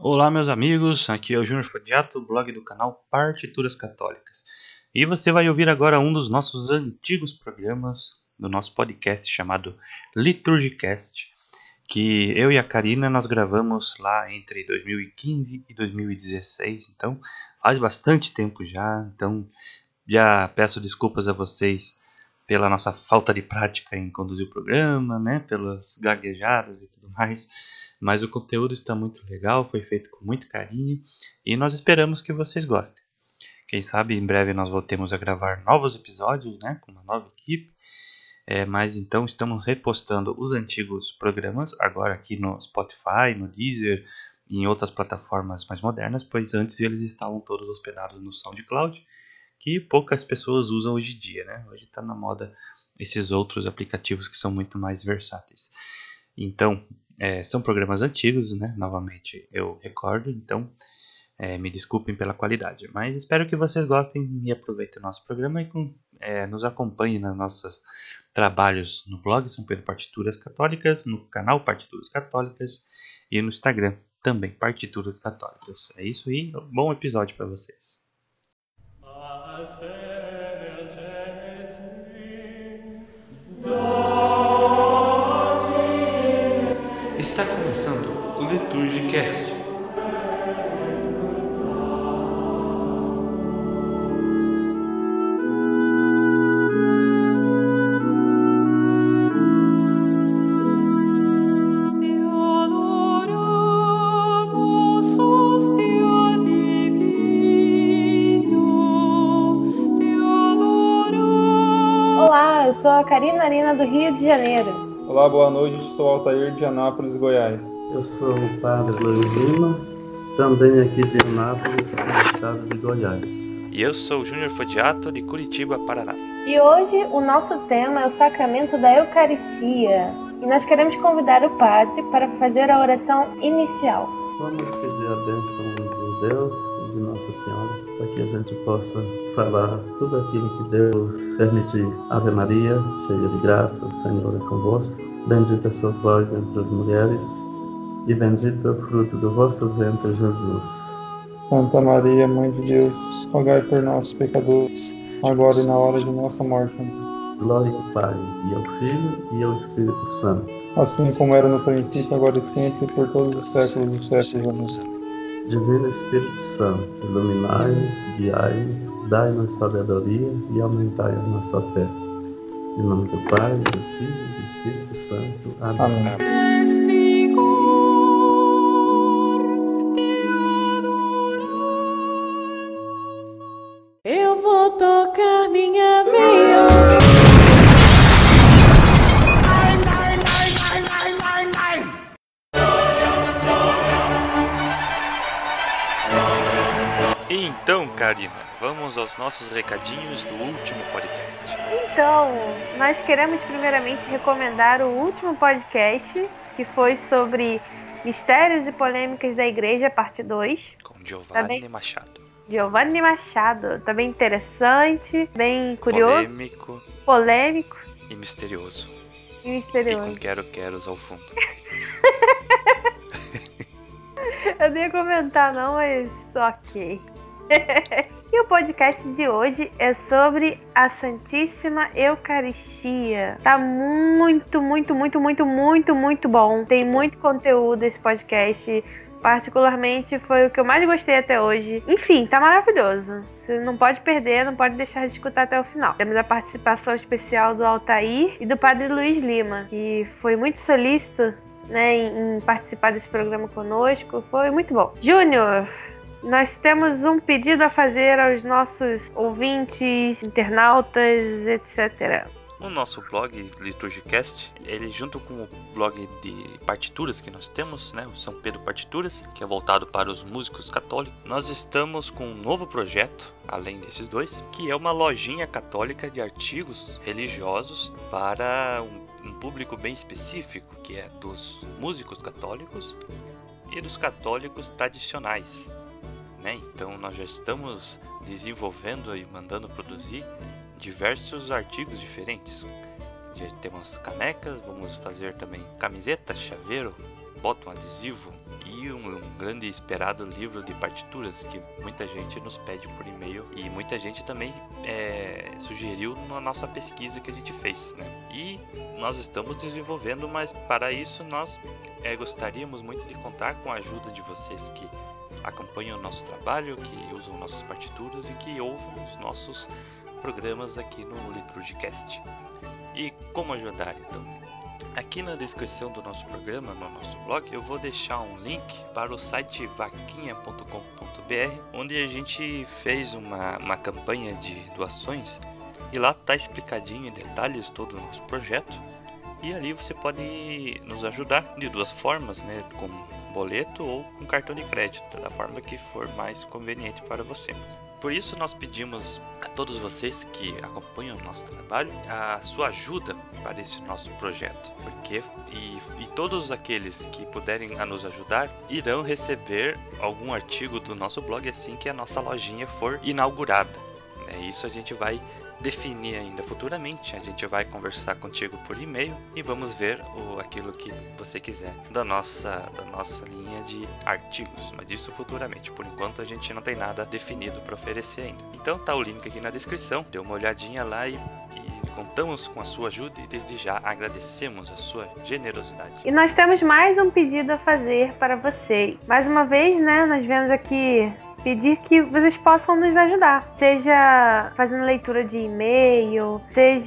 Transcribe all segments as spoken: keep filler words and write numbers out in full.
Olá, meus amigos, aqui é o Júnior Fodiato, blog do canal Partituras Católicas. E você vai ouvir agora um dos nossos antigos programas do nosso podcast chamado Liturgicast, que eu e a Karina nós gravamos lá entre dois mil e quinze e dois mil e dezesseis, então faz bastante tempo já, então já peço desculpas a vocês pela nossa falta de prática em conduzir o programa, né, pelas gaguejadas e tudo mais. Mas o conteúdo está muito legal, foi feito com muito carinho e nós esperamos que vocês gostem. Quem sabe em breve nós voltemos a gravar novos episódios, né, com uma nova equipe. É, mas então estamos repostando os antigos programas agora aqui no Spotify, no Deezer e em outras plataformas mais modernas, pois antes eles estavam todos hospedados no SoundCloud, que poucas pessoas usam hoje em dia, né? Hoje está na moda esses outros aplicativos que são muito mais versáteis. Então, é, são programas antigos, né? Novamente eu recordo, então é, me desculpem pela qualidade. Mas espero que vocês gostem e aproveitem o nosso programa e com, é, nos acompanhem nos nossos trabalhos no blog São Pedro Partituras Católicas, no canal Partituras Católicas e no Instagram também, Partituras Católicas. É isso aí, um bom episódio para vocês. Está começando o Liturgicast. Olá, eu sou a Karina Arina do Rio de Janeiro. Olá, boa noite, sou Altair de Anápolis, Goiás. Eu sou o padre Luiz Lima, também aqui de Anápolis, no estado de Goiás. E eu sou o Júnior Fodiato, de Curitiba, Paraná. E hoje o nosso tema é o sacramento da Eucaristia. E nós queremos convidar o padre para fazer a oração inicial. Vamos pedir a bênção de Deus e de Nossa Senhora, para que a gente possa falar tudo aquilo que Deus permitir. Ave Maria, cheia de graça, o Senhor é convosco. Bendita sois vós entre as mulheres, e bendito é o fruto do vosso ventre, Jesus. Santa Maria, Mãe de Deus, rogai por nós, pecadores, agora e na hora de nossa morte. Glória ao Pai, e ao Filho, e ao Espírito Santo. Assim como era no princípio, agora e sempre, por todos os séculos dos séculos. Amém. Divino Espírito Santo, iluminai-nos, guiai-nos, dai-nos sabedoria e aumentai a nossa fé. Em nome do Pai, do Filho e do Espírito Santo. Amém. Amém. Eu vou tocar minha viola. Então, Karina, vamos aos nossos recadinhos do último podcast. Então, nós queremos primeiramente recomendar o último podcast, que foi sobre Mistérios e Polêmicas da Igreja, parte dois. Com Giovanni Tá bem? Machado. Giovanni Machado. Tá bem interessante, bem curioso, Polêmico polêmico e misterioso. e E misterioso. com quero-queros ao fundo. Eu nem ia comentar não, mas ok. E o podcast de hoje é sobre a Santíssima Eucaristia. Tá muito, muito, muito, muito, muito, muito bom. Tem muito conteúdo esse podcast. Particularmente foi o que eu mais gostei até hoje. Enfim, tá maravilhoso. Você não pode perder, não pode deixar de escutar até o final. Temos a participação especial do Altair e do Padre Luiz Lima, que foi muito solícito, né, em, em participar desse programa conosco. Foi muito bom. Júnior, nós temos um pedido a fazer aos nossos ouvintes, internautas, etcétera. O nosso blog Liturgicast, ele junto com o blog de partituras que nós temos, né, o São Pedro Partituras, que é voltado para os músicos católicos, nós estamos com um novo projeto, além desses dois, que é uma lojinha católica de artigos religiosos para um, um público bem específico, que é dos músicos católicos e dos católicos tradicionais. Né? Então nós já estamos desenvolvendo e mandando produzir diversos artigos diferentes. Já temos canecas, vamos fazer também camiseta, chaveiro, botão adesivo e e um, um grande esperado livro de partituras que muita gente nos pede por e-mail e muita gente também é, sugeriu na nossa pesquisa que a gente fez, né? E nós estamos desenvolvendo, mas para isso nós é, gostaríamos muito de contar com a ajuda de vocês que acompanham o nosso trabalho, que usam nossas partituras e que ouvem os nossos programas aqui no LiturgyCast. E como ajudar então? Aqui na descrição do nosso programa, no nosso blog, eu vou deixar um link para o site vaquinha ponto com ponto b r, onde a gente fez uma, uma campanha de doações e lá está explicadinho em detalhes todo o nosso projeto. E ali você pode nos ajudar de duas formas, né? Com boleto ou com cartão de crédito, da forma que for mais conveniente para você. Por isso nós pedimos a todos vocês que acompanham o nosso trabalho a sua ajuda para esse nosso projeto, porque e, e todos aqueles que puderem a nos ajudar irão receber algum artigo do nosso blog assim que a nossa lojinha for inaugurada. É isso a gente vai definir ainda futuramente. A gente vai conversar contigo por e-mail e vamos ver o, aquilo que você quiser da nossa, da nossa linha de artigos, mas isso futuramente. Por enquanto a gente não tem nada definido para oferecer ainda. Então tá o link aqui na descrição, dê uma olhadinha lá e, e contamos com a sua ajuda e desde já agradecemos a sua generosidade. E nós temos mais um pedido a fazer para vocês. Mais uma vez, né, nós vemos aqui pedir que vocês possam nos ajudar, seja fazendo leitura de e-mail,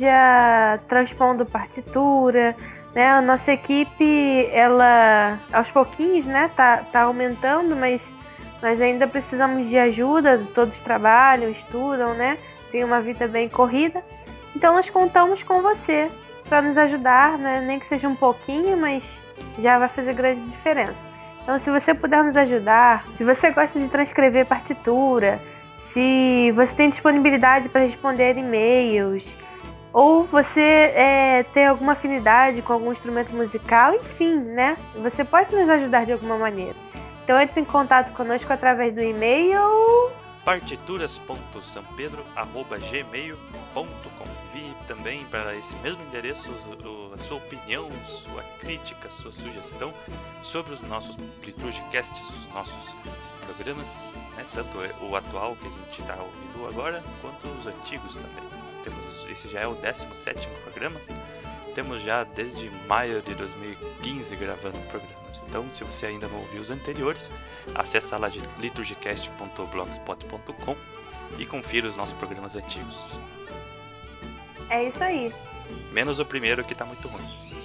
seja transpondo partitura, né? A nossa equipe, ela aos pouquinhos, né, tá, tá aumentando, mas nós ainda precisamos de ajuda, todos trabalham, estudam, né, tem uma vida bem corrida, então nós contamos com você para nos ajudar, né, nem que seja um pouquinho, mas já vai fazer grande diferença. Então, se você puder nos ajudar, se você gosta de transcrever partitura, se você tem disponibilidade para responder e-mails, ou você é, tem alguma afinidade com algum instrumento musical, enfim, né? Você pode nos ajudar de alguma maneira. Então, entre em contato conosco através do e-mail partituras ponto sampedro arroba gmail ponto com. Envie também para esse mesmo endereço a sua opinião, sua crítica, sua sugestão sobre os nossos LiturgyCasts, os nossos programas, né? Tanto o atual que a gente está ouvindo agora, quanto os antigos também. Temos, esse já é o décimo sétimo programa, temos já desde maio de dois mil e quinze gravando programas. Então, se você ainda não ouviu os anteriores, acesse a lá de liturgycast ponto blogspot ponto com e confira os nossos programas antigos. É isso aí. Menos o primeiro que tá muito ruim.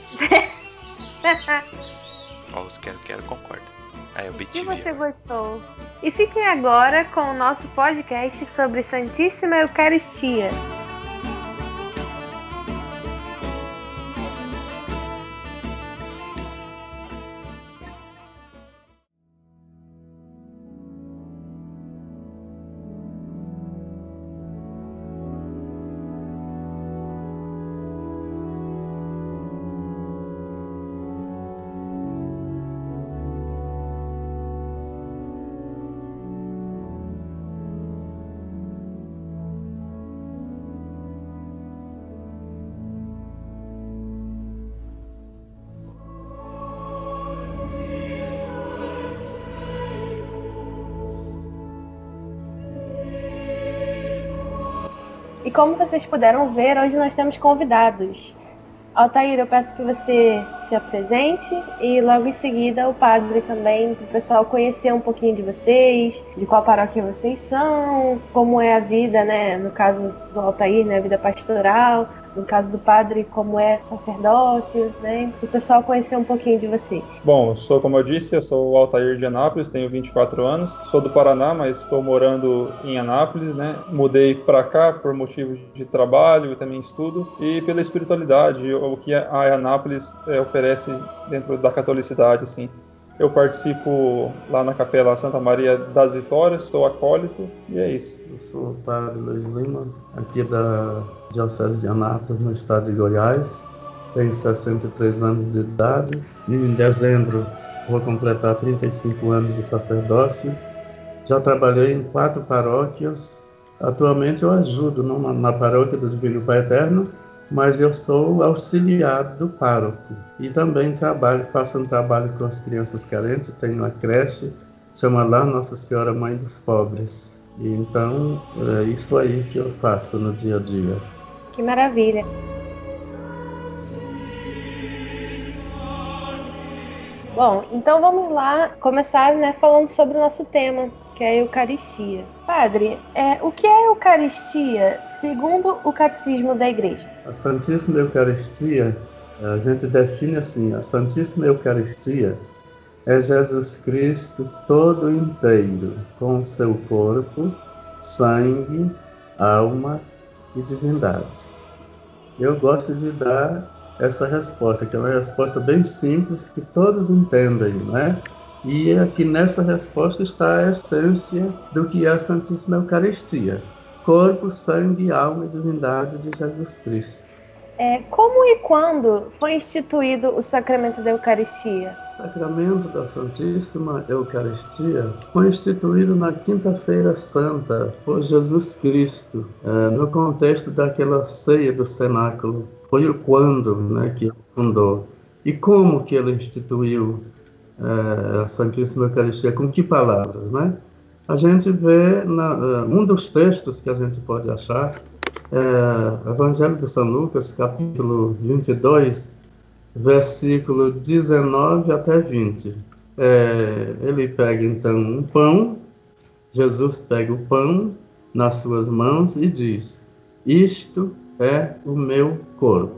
Ó, os quero, quero, concordo. É, o B T V. E você gostou? E fiquem agora com o nosso podcast sobre Santíssima Eucaristia. E como vocês puderam ver, hoje nós temos convidados. Altair, eu peço que você se apresente e logo em seguida o padre também, para o pessoal conhecer um pouquinho de vocês, de qual paróquia vocês são, como é a vida, né, no caso do Altair, né, a vida pastoral, no caso do padre, como é sacerdócio, né, para o pessoal conhecer um pouquinho de vocês. Bom, eu sou, como eu disse, eu sou o Altair de Anápolis, tenho vinte e quatro anos, sou do Paraná, mas estou morando em Anápolis, né, mudei para cá por motivos de trabalho e também estudo, e pela espiritualidade, o que a Anápolis é, oferece dentro da catolicidade, assim. Eu participo lá na Capela Santa Maria das Vitórias, sou acólito, e é isso. Eu sou o padre Luiz Lima, aqui da Diocese de Anápolis, no estado de Goiás. Tenho sessenta e três anos de idade e em dezembro vou completar trinta e cinco anos de sacerdócio. Já trabalhei em quatro paróquias. Atualmente eu ajudo numa, na paróquia do Divino Pai Eterno mas eu sou auxiliar do pároco e também trabalho, faço um trabalho com as crianças carentes. Tenho uma creche, chama lá Nossa Senhora Mãe dos Pobres. E então é isso aí que eu faço no dia a dia. Que maravilha! Bom, então vamos lá começar, né, falando sobre o nosso tema, que é a Eucaristia. Padre, é, o que é a Eucaristia segundo o Catecismo da Igreja? A Santíssima Eucaristia, a gente define assim: a Santíssima Eucaristia é Jesus Cristo todo inteiro, com seu corpo, sangue, alma e divindade. Eu gosto de dar essa resposta, que é uma resposta bem simples, que todos entendem, né? E aqui nessa resposta está a essência do que é a Santíssima Eucaristia: corpo, sangue, alma e divindade de Jesus Cristo. É, como e quando foi instituído o sacramento da Eucaristia? O sacramento da Santíssima Eucaristia foi instituído na Quinta-feira Santa por Jesus Cristo, é, no contexto daquela ceia do cenáculo. Foi o quando, né, que ele fundou. E como que ele instituiu é, a Santíssima Eucaristia? Com que palavras, né? A gente vê na, um dos textos que a gente pode achar, é, Evangelho de São Lucas, capítulo vinte e dois, versículo dezenove até vinte. É, ele pega então um pão, Jesus pega o pão nas suas mãos e diz: isto é o meu corpo.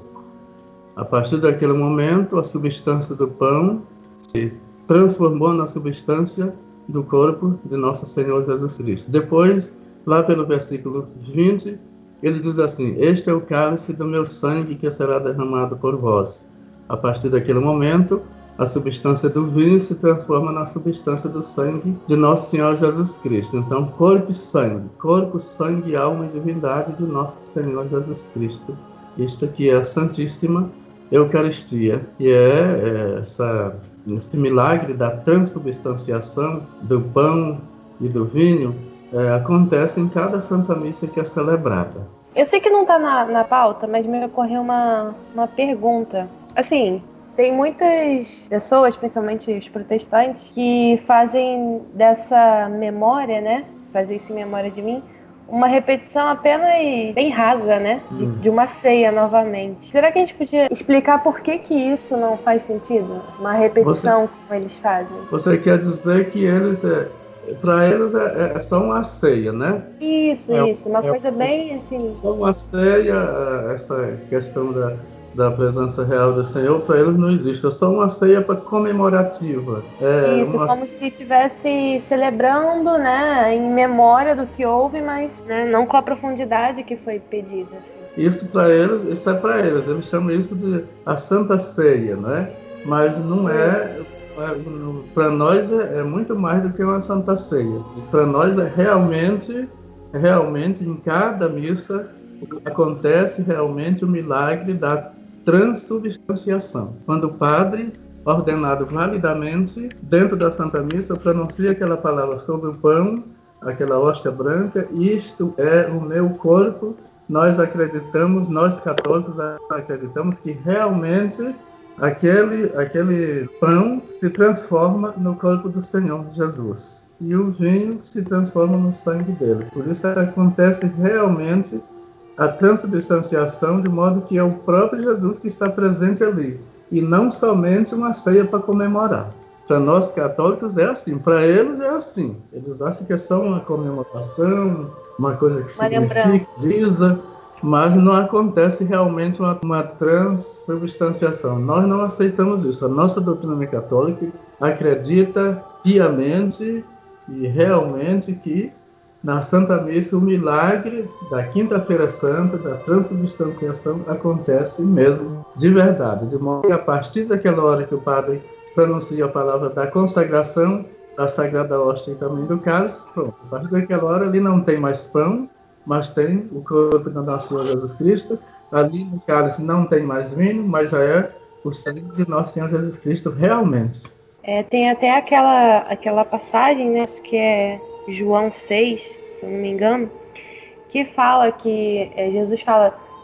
A partir daquele momento, a substância do pão se transformou na substância do corpo de nosso Senhor Jesus Cristo. Depois, lá pelo versículo vinte, ele diz assim: este é o cálice do meu sangue que será derramado por vós. A partir daquele momento, a substância do vinho se transforma na substância do sangue de nosso Senhor Jesus Cristo. Então, corpo e sangue, corpo, sangue, alma e divindade de nosso Senhor Jesus Cristo. Isto aqui é a Santíssima Eucaristia, e é, é essa, esse milagre da transubstanciação do pão e do vinho é, acontece em cada Santa Missa que é celebrada. Eu sei que não está na, na pauta, mas me ocorreu uma, uma pergunta. Assim, tem muitas pessoas, principalmente os protestantes, que fazem dessa memória, né? Fazer isso em memória de mim, uma repetição apenas bem rasa, né? De, hum. de uma ceia novamente. Será que a gente podia explicar por que que isso não faz sentido? Uma repetição você, como eles fazem. Você quer dizer que eles, é, para eles é, é só uma ceia, né? Isso, é, isso. Uma é, coisa bem assim... Só uma ceia, essa questão da... da presença real do Senhor, para eles não existe. É só uma ceia comemorativa. É Isso, uma... como se estivesse celebrando, né, em memória do que houve, mas né, não com a profundidade que foi pedida. Assim. Isso para eles, isso é para eles. Eles chamam isso de a Santa Ceia, né? Mas não é... é para nós é, é muito mais do que uma Santa Ceia. Para nós é realmente, realmente em cada missa acontece realmente o milagre da transubstanciação. Quando o padre, ordenado validamente, dentro da Santa Missa, pronuncia aquela palavra sobre o pão, aquela hóstia branca: isto é o meu corpo, nós acreditamos, nós católicos acreditamos que realmente aquele, aquele pão se transforma no corpo do Senhor Jesus. E o vinho se transforma no sangue dele. Por isso acontece realmente a transubstanciação, de modo que é o próprio Jesus que está presente ali, e não somente uma ceia para comemorar. Para nós católicos é assim, para eles é assim. Eles acham que é só uma comemoração, uma coisa que significa, mas não acontece realmente uma, uma transubstanciação. Nós não aceitamos isso. A nossa doutrina católica acredita piamente e realmente que na Santa Missa, o milagre da Quinta-feira Santa, da transubstanciação, acontece mesmo de verdade. De modo que a partir daquela hora que o padre pronuncia a palavra da consagração, da Sagrada Hóstia e também do cálice, pronto. A partir daquela hora ali não tem mais pão, mas tem o corpo do nosso Senhor Jesus Cristo. Ali no cálice não tem mais vinho, mas já é o sangue de nosso Senhor Jesus Cristo realmente. É, tem até aquela, aquela passagem, né, que é João seis, se eu não me engano, que fala que é, Jesus fala: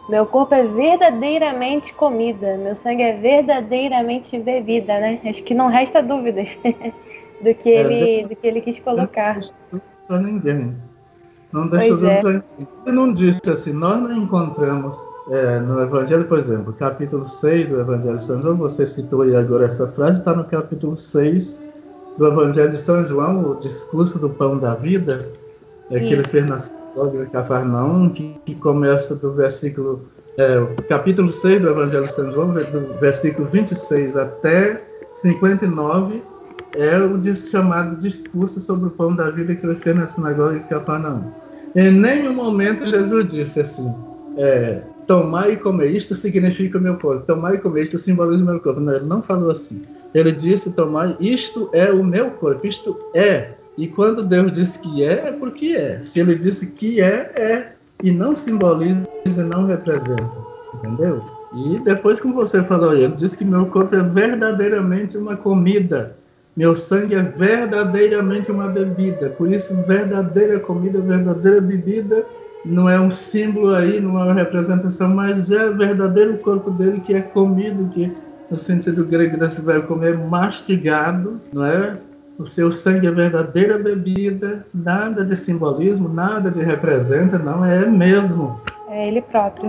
Meu corpo é verdadeiramente comida, meu sangue é verdadeiramente bebida, né? Acho que não resta dúvidas do que ele, é, do que ele quis colocar. Para ninguém. Não deixa dúvida para ninguém. Ele não disse assim, nós não encontramos é, no Evangelho, por exemplo, capítulo seis do Evangelho de São João, você citou aí agora essa frase, está no capítulo seis do Evangelho de São João, o discurso do pão da vida, é, que ele fez na sinagoga de Cafarnaum, que, que começa do versículo, é, o capítulo seis do Evangelho de São João, do versículo vinte e seis até cinquenta e nove, é o chamado discurso sobre o pão da vida que ele fez na sinagoga de Cafarnaum. Em nenhum momento Jesus disse assim, é, tomar e comer, isto significa o meu corpo, tomar e comer, isto simboliza o meu corpo. Não, ele não falou assim. Ele disse, tomar, isto é o meu corpo, isto é. E quando Deus disse que é, é porque é. Se ele disse que é, é. E não simboliza e não representa. Entendeu? E depois, como você falou, ele disse que meu corpo é verdadeiramente uma comida. Meu sangue é verdadeiramente uma bebida. Por isso, verdadeira comida, verdadeira bebida, não é um símbolo aí, não é uma representação, mas é o verdadeiro corpo dele que é comido, que no sentido grego desse vai comer mastigado, não é? O seu sangue é verdadeira bebida, nada de simbolismo, nada de representa, não, é mesmo. É ele próprio.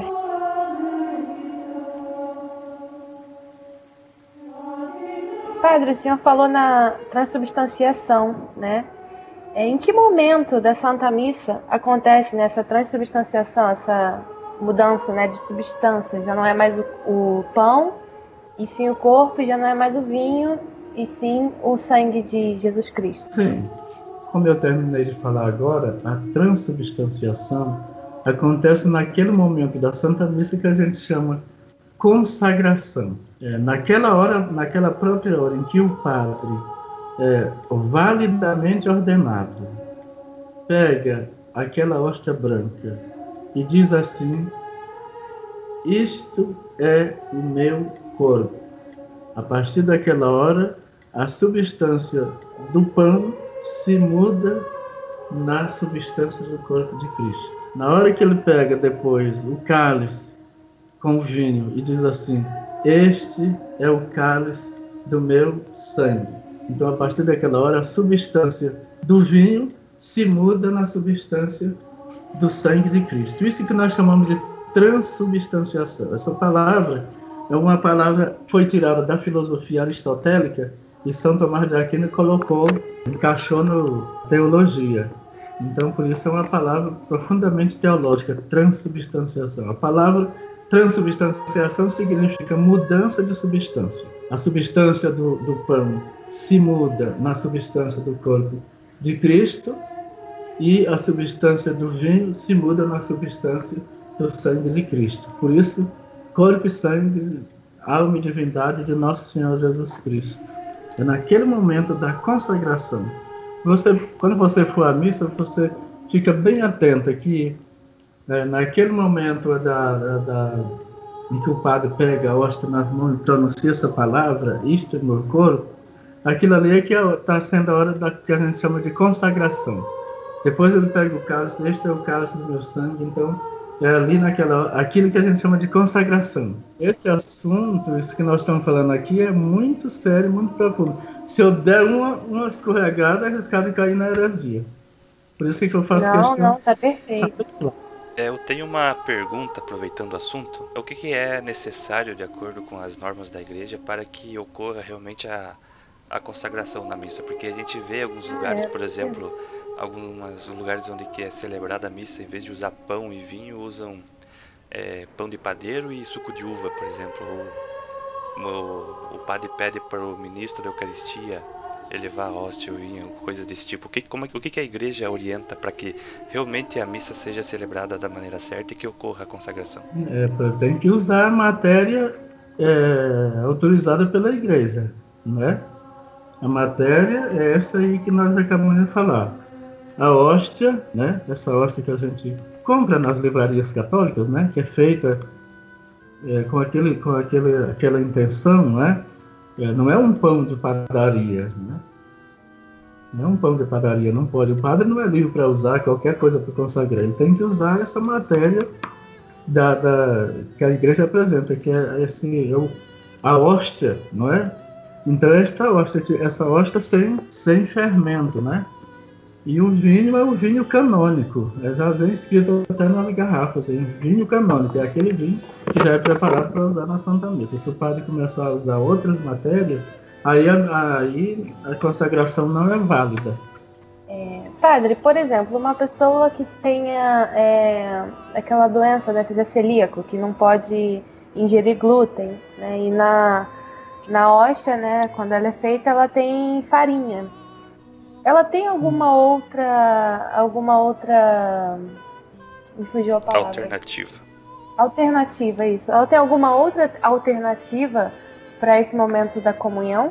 Padre, o senhor falou na transubstanciação, né? Em que momento da Santa Missa acontece nessa transubstanciação, essa mudança, né, de substância? Já não é mais o, o pão, e sim o corpo, já não é mais o vinho, e sim o sangue de Jesus Cristo. Sim. Como eu terminei de falar agora, a transubstanciação acontece naquele momento da Santa Missa que a gente chama consagração. É, naquela hora, naquela própria hora em que o padre é validamente ordenado pega aquela hóstia branca e diz assim, isto é o meu corpo. A partir daquela hora, a substância do pão se muda na substância do corpo de Cristo. Na hora que ele pega depois o cálice com o vinho e diz assim, este é o cálice do meu sangue. Então, a partir daquela hora, a substância do vinho se muda na substância do sangue de Cristo. Isso que nós chamamos de transubstanciação. Essa palavra é uma palavra que foi tirada da filosofia aristotélica e São Tomás de Aquino colocou, encaixou no teologia. Então, por isso é uma palavra profundamente teológica, transubstanciação. A palavra transubstanciação significa mudança de substância. A substância do, do pão se muda na substância do corpo de Cristo e a substância do vinho se muda na substância do sangue de Cristo. Por isso, corpo e sangue, alma e divindade de nosso Senhor Jesus Cristo. É naquele momento da consagração. Você, quando você for à missa, você fica bem atento que é, naquele momento da, da, em que o padre pega a hóstia nas mãos e pronuncia essa palavra, isto é meu corpo, aquilo ali é que está sendo a hora da, que a gente chama de consagração. Depois ele pega o cálice, este é o cálice do meu sangue, então é ali naquela aquilo que a gente chama de consagração. Esse assunto, isso que nós estamos falando aqui, é muito sério, muito profundo. Se eu der uma, uma escorregada, é arriscado de cair na heresia. Por isso que eu faço não, questão... Não, não, tá perfeito. É, eu tenho uma pergunta, aproveitando o assunto. O que, que é necessário, de acordo com as normas da igreja, para que ocorra realmente a, a consagração na missa? Porque a gente vê alguns lugares, por exemplo, alguns lugares onde que é celebrada a missa, em vez de usar pão e vinho, usam é, pão de padeiro e suco de uva, por exemplo. Ou, o, o padre pede para o ministro da Eucaristia elevar a hóstia ou vinho, coisa desse tipo. O que, como, o que, que a igreja orienta para que realmente a missa seja celebrada da maneira certa e que ocorra a consagração? É, tem que usar a matéria é, autorizada pela igreja, não é? A matéria é essa aí que nós acabamos de falar. A hóstia, né? Essa hóstia que a gente compra nas livrarias católicas, né? Que é feita é, com, aquele, com aquele, aquela intenção, né? É, não é um pão de padaria, né? Não é um pão de padaria, não pode. O padre não é livre para usar qualquer coisa para consagrar. Ele tem que usar essa matéria da, da, que a igreja apresenta, que é esse, é o, a hóstia, não é? Então esta hóstia, essa hóstia sem, sem fermento, né? E o vinho é o vinho canônico, é, já vem escrito até nas garrafas, assim, vinho canônico, é aquele vinho que já é preparado para usar na Santa Missa. Se o padre começar a usar outras matérias, aí a, aí a consagração não é válida. É, padre, por exemplo, uma pessoa que tenha é, aquela doença, né, seja celíaco, que não pode ingerir glúten, né, e na, na hóstia, né, quando ela é feita, ela tem farinha. Ela tem alguma outra, alguma outra, me fugiu a palavra. Alternativa. Alternativa, isso. Ela tem alguma outra alternativa para esse momento da comunhão?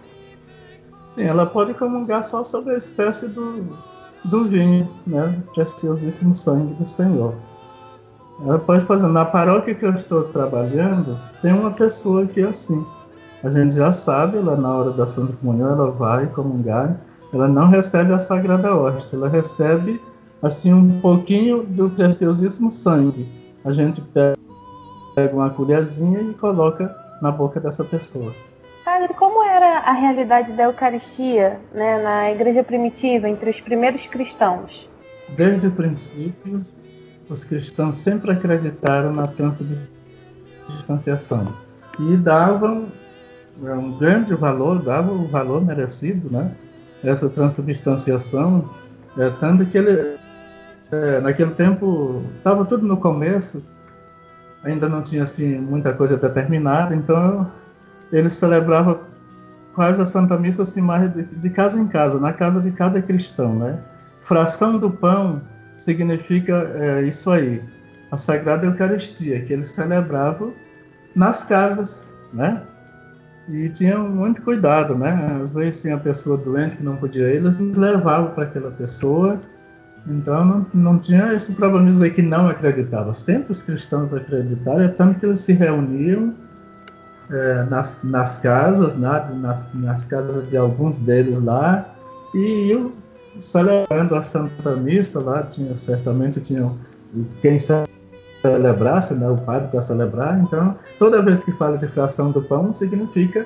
Sim, ela pode comungar só sobre a espécie do, do vinho, né? Preciosíssimo sangue do Senhor. Ela pode fazer. Na paróquia que eu estou trabalhando, tem uma pessoa que é assim. A gente já sabe, ela na hora da Santa Comunhão, ela vai comungar. Ela não recebe a Sagrada Hóstia, ela recebe assim um pouquinho do preciosíssimo sangue. A gente pega uma colherzinha e coloca na boca dessa pessoa. Padre, como era a realidade da Eucaristia, né, na igreja primitiva, entre os primeiros cristãos? Desde o princípio, os cristãos sempre acreditaram na transubstanciação e davam um grande valor, davam o valor merecido, né? Essa transubstanciação, é, tanto que ele, é, naquele tempo, estava tudo no começo, ainda não tinha assim, muita coisa determinada, então eles celebravam quase a Santa Missa assim, mais de, de casa em casa, na casa de cada cristão, né? Fração do pão significa é, isso aí, a Sagrada Eucaristia, que eles celebravam nas casas, né? E tinham muito cuidado, né? Às vezes tinha a pessoa doente que não podia ir, eles nos levavam para aquela pessoa. Então não, não tinha esse problema de dizer que não acreditava. Sempre os cristãos acreditaram, é tanto que eles se reuniam é, nas, nas casas, né? nas, nas casas de alguns deles lá, e iam celebrando a Santa Missa lá. Tinha, certamente tinha quem celebrasse, né, o padre para celebrar. Então, toda vez que fala de fração do pão, significa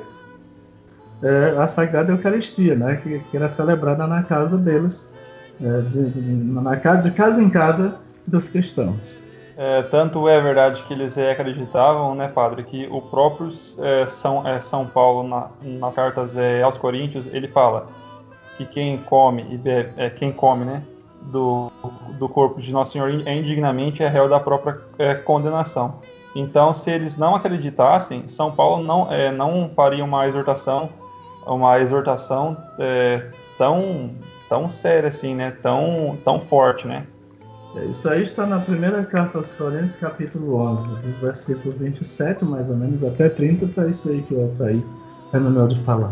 é, a Sagrada Eucaristia, né, que, que era celebrada na casa deles, é, de, de, na casa, de casa em casa dos cristãos. É, tanto é verdade que eles é, acreditavam, né, padre, que o próprio é, São, é, São Paulo, na, nas cartas é, aos Coríntios, ele fala que quem come e bebe, é, quem come, né, Do, do corpo de Nosso Senhor é indignamente é réu da própria é, condenação. Então, se eles não acreditassem, São Paulo não, é, não faria uma exortação, uma exortação é, tão, tão séria assim, né? Tão, tão forte, né? Isso aí está na primeira carta aos Coríntios, capítulo onze, versículo vinte e sete, mais ou menos, até trinta, está isso aí que eu estou aí terminando de falar.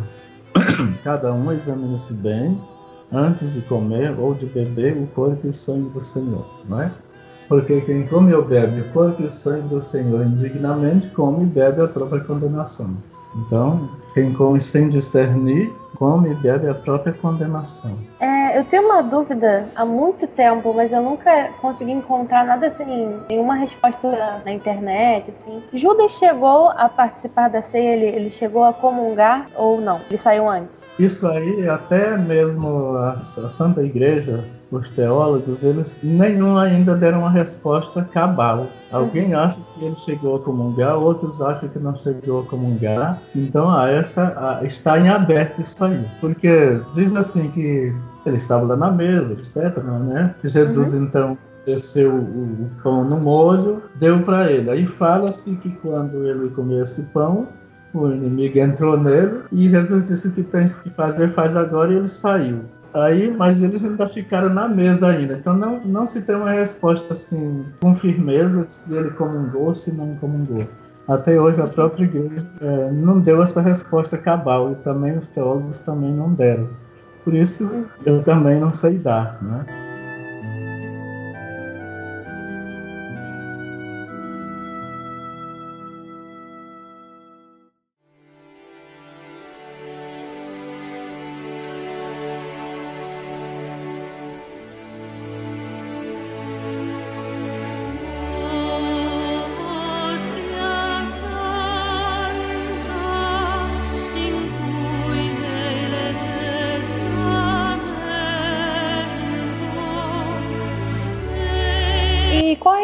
Cada um examine-se bem antes de comer ou de beber o corpo e o sangue do Senhor, não é? Porque quem come ou bebe o corpo e o sangue do Senhor indignamente, come e bebe a própria condenação. Então, quem come sem discernir, come e bebe a própria condenação. É, eu tenho uma dúvida há muito tempo, mas eu nunca consegui encontrar nada assim, nenhuma resposta na internet, assim. Judas chegou a participar da ceia, ele, ele chegou a comungar ou não? Ele saiu antes? Isso aí, até mesmo a, a Santa Igreja, os teólogos, eles nenhum ainda deram uma resposta cabal. Alguém acha que ele chegou a comungar, outros acham que não chegou a comungar. Então, ah, essa, ah, está em aberto isso aí. Porque diz assim que ele estava lá na mesa, etcétera, né? Jesus, uhum. Então, desceu o, o pão no molho, deu para ele. Aí fala-se que quando ele comeu esse pão, o inimigo entrou nele e Jesus disse que tem que fazer, faz agora, e ele saiu. Aí, mas eles ainda ficaram na mesa ainda. Então não, não se tem uma resposta assim com firmeza se ele comungou ou se não comungou. Até hoje a própria igreja é, não deu essa resposta cabal e também os teólogos também não deram. Por isso eu também não sei dar, né?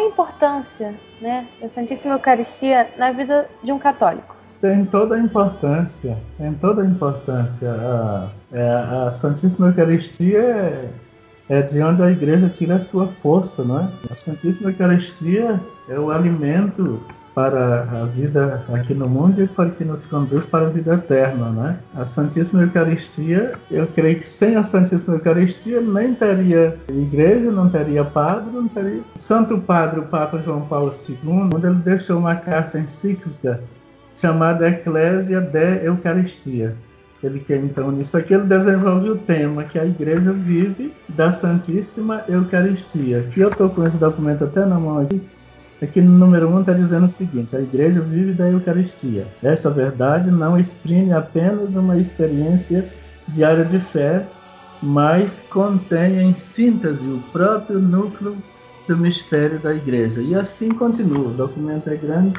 importância, né, da Santíssima Eucaristia na vida de um católico? Tem toda a importância, tem toda a importância. A, é, a Santíssima Eucaristia é, é de onde a Igreja tira a sua força, não é? A Santíssima Eucaristia é o alimento para a vida aqui no mundo e para que nos conduz para a vida eterna, né? A Santíssima Eucaristia, eu creio que sem a Santíssima Eucaristia nem teria igreja, não teria padre, não teria... Santo Padre, o Papa João Paulo segundo, onde ele deixou uma carta encíclica chamada Ecclesia de Eucaristia. Ele quer, então, nisso aqui ele desenvolve o tema que a igreja vive da Santíssima Eucaristia. Aqui eu estou com esse documento até na mão aqui. Aqui no número um está dizendo o seguinte: a igreja vive da Eucaristia. Esta verdade não exprime apenas uma experiência diária de fé, mas contém em síntese o próprio núcleo do mistério da igreja. E assim continua. O documento é grande,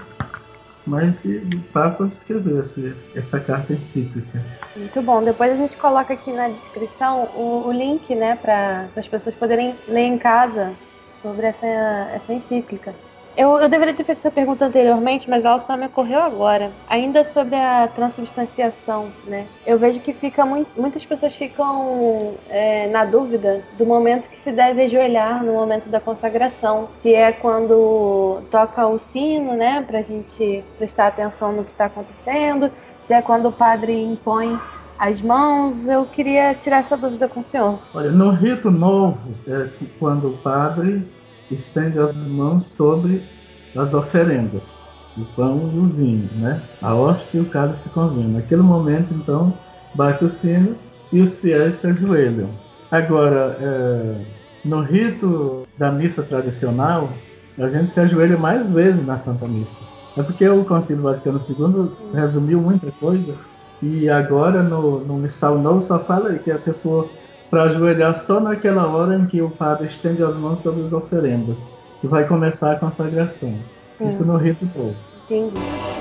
mas o Papa escreveu essa carta encíclica. Muito bom. Depois a gente coloca aqui na descrição o, o link, né, para as pessoas poderem ler em casa sobre essa, essa encíclica. Eu, eu deveria ter feito essa pergunta anteriormente, mas ela só me ocorreu agora. Ainda sobre a transubstanciação, né? Eu vejo que fica muito, muitas pessoas ficam é, na dúvida do momento que se deve ajoelhar no momento da consagração. Se é quando toca o sino, né, pra gente prestar atenção no que está acontecendo, se é quando o padre impõe as mãos. Eu queria tirar essa dúvida com o senhor. Olha, no rito novo, é quando o padre estende as mãos sobre as oferendas, o pão e o vinho, né? A hóstia e o cálice com vinho. Naquele momento, então, bate o sino e os fiéis se ajoelham. Agora, é, no rito da missa tradicional, a gente se ajoelha mais vezes na Santa Missa. É porque o Concílio Vaticano segundo resumiu muita coisa e agora no, no Missal Novo só fala que a pessoa para ajoelhar só naquela hora em que o padre estende as mãos sobre as oferendas e vai começar a consagração. Sim. Isso no rito todo. Entendi.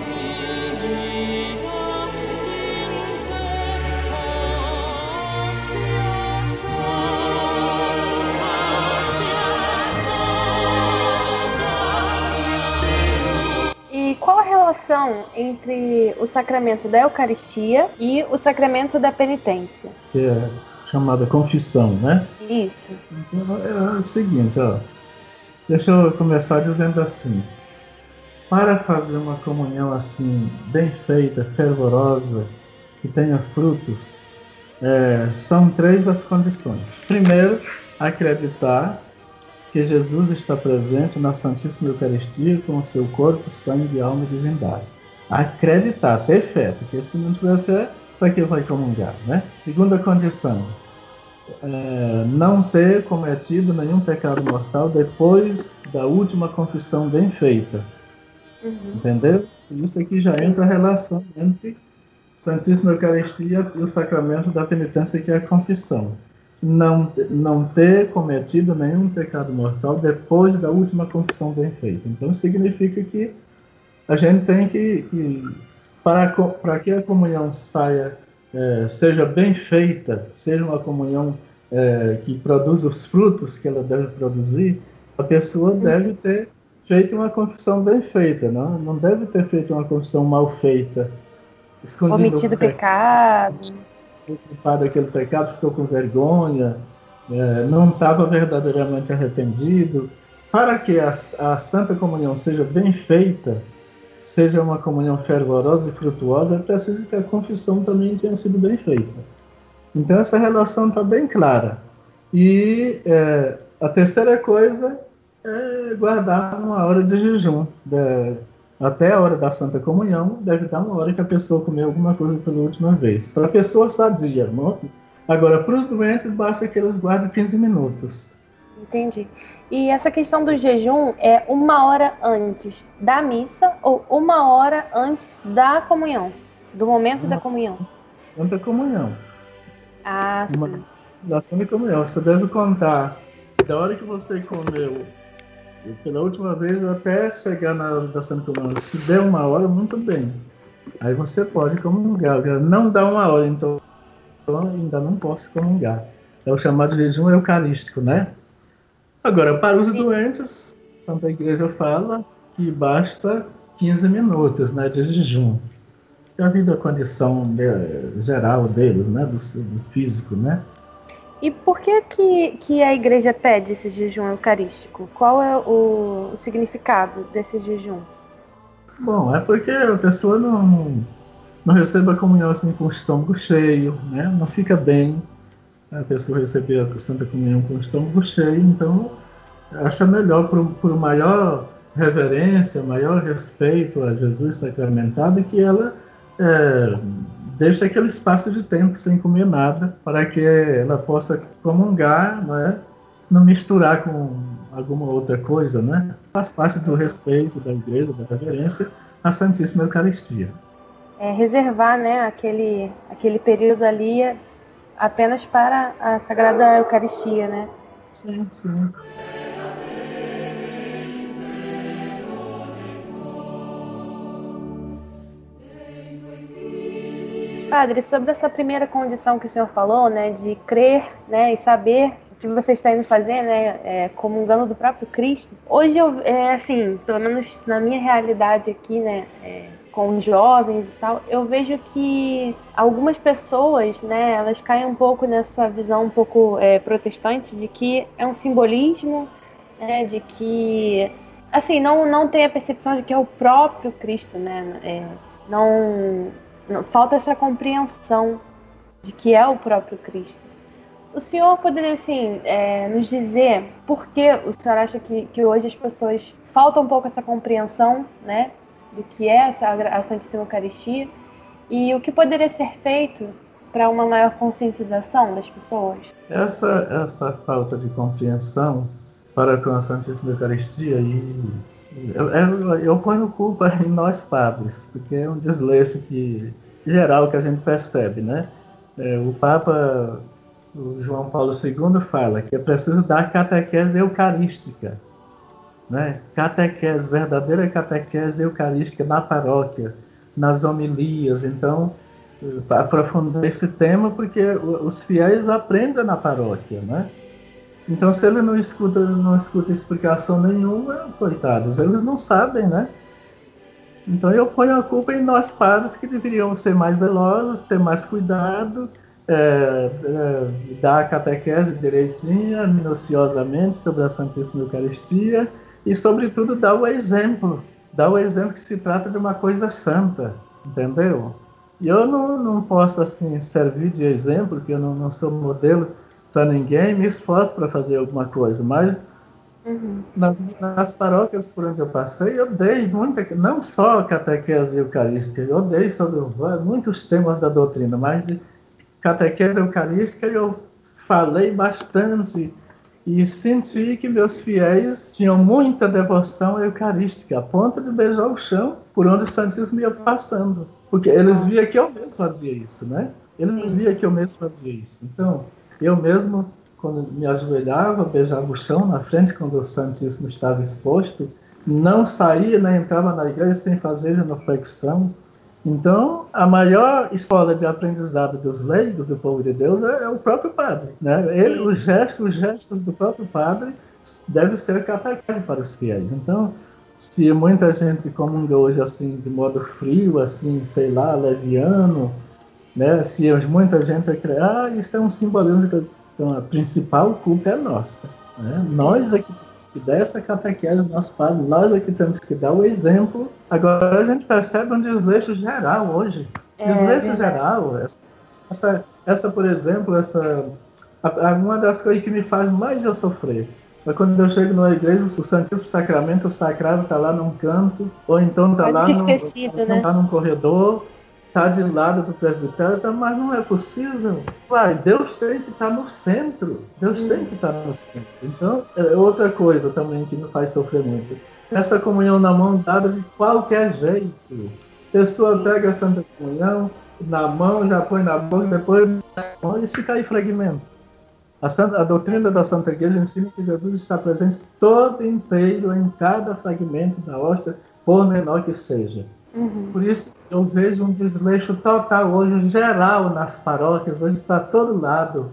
E qual a relação entre o sacramento da Eucaristia e o sacramento da penitência? É chamada confissão, né? Isso. Então, é o seguinte, ó. Deixa eu começar dizendo assim. Para fazer uma comunhão assim, bem feita, fervorosa, que tenha frutos, é, são três as condições. Primeiro, acreditar que Jesus está presente na Santíssima Eucaristia com o seu corpo, sangue, alma e divindade. Acreditar, ter fé, porque se não tiver fé, para que vai comungar, né? Segunda condição, é, não ter cometido nenhum pecado mortal depois da última confissão bem feita. Uhum. Entendeu? Isso aqui já entra a relação entre Santíssima Eucaristia e o sacramento da penitência, que é a confissão. Não, não ter cometido nenhum pecado mortal depois da última confissão bem feita. Então significa que a gente tem que... que Para, para que a comunhão saia, é, seja bem feita, seja uma comunhão é, que produza os frutos que ela deve produzir, a pessoa deve ter feito uma confissão bem feita, não, não deve ter feito uma confissão mal feita. Omitido o pecado. Culpado daquele pecado, ficou com vergonha, é, não estava verdadeiramente arrependido. Para que a, a Santa Comunhão seja bem feita, seja uma comunhão fervorosa e frutuosa, é preciso que a confissão também tenha sido bem feita. Então essa relação está bem clara. E é, a terceira coisa é guardar uma hora de jejum. De, até a hora da Santa Comunhão, deve dar uma hora que a pessoa comeu alguma coisa pela última vez. Para a pessoa sadia. Agora, para os doentes, basta que eles guardem quinze minutos. Entendi. E essa questão do jejum é uma hora antes da missa ou uma hora antes da comunhão? Do momento uma, da comunhão? Santa Comunhão. Ah, sim. Uma, da Santa Comunhão. Você deve contar da hora que você comeu pela última vez até chegar na hora da Santa Comunhão. Se der uma hora, muito bem. Aí você pode comungar. Não dá uma hora, então ainda não posso comungar. É o chamado jejum eucarístico, né? Agora, para os Sim. doentes, Santa Igreja fala que basta quinze minutos, né, de jejum. Devido à condição de, geral deles, né, do, do físico, né? E por que, que que a igreja pede esse jejum eucarístico? Qual é o, o significado desse jejum? Bom, é porque a pessoa não, não recebe a comunhão assim com o estômago cheio, né? Não fica bem a pessoa receber a Santa Comunhão com o estômago cheio, então acha melhor, por, por maior reverência, maior respeito a Jesus sacramentado, que ela é, deixe aquele espaço de tempo sem comer nada, para que ela possa comungar, né? Não misturar com alguma outra coisa, né? Faz parte do respeito da igreja, da reverência à Santíssima Eucaristia. É reservar, né, aquele, aquele período ali apenas para a Sagrada Eucaristia, né? Sim, sim. Padre, sobre essa primeira condição que o senhor falou, né, de crer, né, e saber o que você está indo fazer, né, é, comungando do próprio Cristo. Hoje, eu, é, assim, pelo menos na minha realidade aqui, né, é, com os jovens e tal, eu vejo que algumas pessoas, né, elas caem um pouco nessa visão um pouco é, protestante de que é um simbolismo, né, de que, assim, não, não tem a percepção de que é o próprio Cristo, né, é, não... Falta essa compreensão de que é o próprio Cristo. O senhor poderia, assim, é, nos dizer por que o senhor acha que, que hoje as pessoas falta um pouco essa compreensão, né, do que é essa, a Santíssima Eucaristia, e o que poderia ser feito para uma maior conscientização das pessoas? Essa, essa falta de compreensão para com a Santíssima Eucaristia, e eu, eu, eu ponho culpa em nós padres, porque é um desleixo que, geral que a gente percebe, né? É, o Papa o João Paulo segundo fala que é preciso dar catequese eucarística, né? Catequese, verdadeira catequese eucarística na paróquia, nas homilias. Então, aprofundar esse tema, porque os fiéis aprendem na paróquia, né? Então, se ele não escuta, não escuta explicação nenhuma, coitados, eles não sabem, né? Então, eu ponho a culpa em nós padres, que deveríamos ser mais zelosos, ter mais cuidado, é, é, dar a catequese direitinha, minuciosamente sobre a Santíssima Eucaristia e, sobretudo, dar o exemplo. Dar o exemplo que se trata de uma coisa santa, entendeu? E eu não, não posso, assim, servir de exemplo, porque eu não, não sou modelo para ninguém, me esforço para fazer alguma coisa, mas uhum. nas, nas paróquias por onde eu passei, eu dei muita, não só catequese eucarística, eu dei sobre muitos temas da doutrina, mas de catequese eucarística eu falei bastante e senti que meus fiéis tinham muita devoção eucarística, a ponto de beijar o chão por onde o Santíssimo ia passando, porque eles viam que eu mesmo fazia isso, né? Eles viam que eu mesmo fazia isso. Então, eu mesmo, quando me ajoelhava, beijava o chão na frente, quando o Santíssimo estava exposto, não saía, nem entrava na igreja sem fazer genuflexão. Então, a maior escola de aprendizado dos leigos, do povo de Deus, é, é o próprio padre, né? Ele, os gestos, os gestos do próprio padre devem ser catequese para os fiéis. Então, se muita gente comunga hoje assim, de modo frio, assim, sei lá, leviano, né? Se muita gente acredita, ah, isso é um simbolismo, então a principal culpa é nossa, né? Nós é que temos que dar essa catequese, nosso padre, nós é que temos que dar o exemplo. Agora a gente percebe um desleixo geral hoje, é, desleixo é geral. Essa, essa, essa, por exemplo, essa, uma das coisas que me faz mais eu sofrer é quando eu chego na igreja, o Santíssimo Sacramento, o sacrário está lá num canto, ou então está lá num, né? Tá num corredor, está de lado do presbitério, tá, mas não é possível. Uai, Deus tem que estar no centro. Deus hum. tem que estar no centro. Então, é outra coisa também que me faz sofrer muito. Essa comunhão na mão dada de qualquer jeito. A pessoa pega a Santa Comunhão, na mão, já põe na boca, depois e se cai fragmento. A, Santa, a doutrina da Santa Igreja ensina que Jesus está presente todo inteiro em cada fragmento da hóstia, por menor que seja. Uhum. Por isso eu vejo um desleixo total hoje, geral nas paróquias, hoje para todo lado.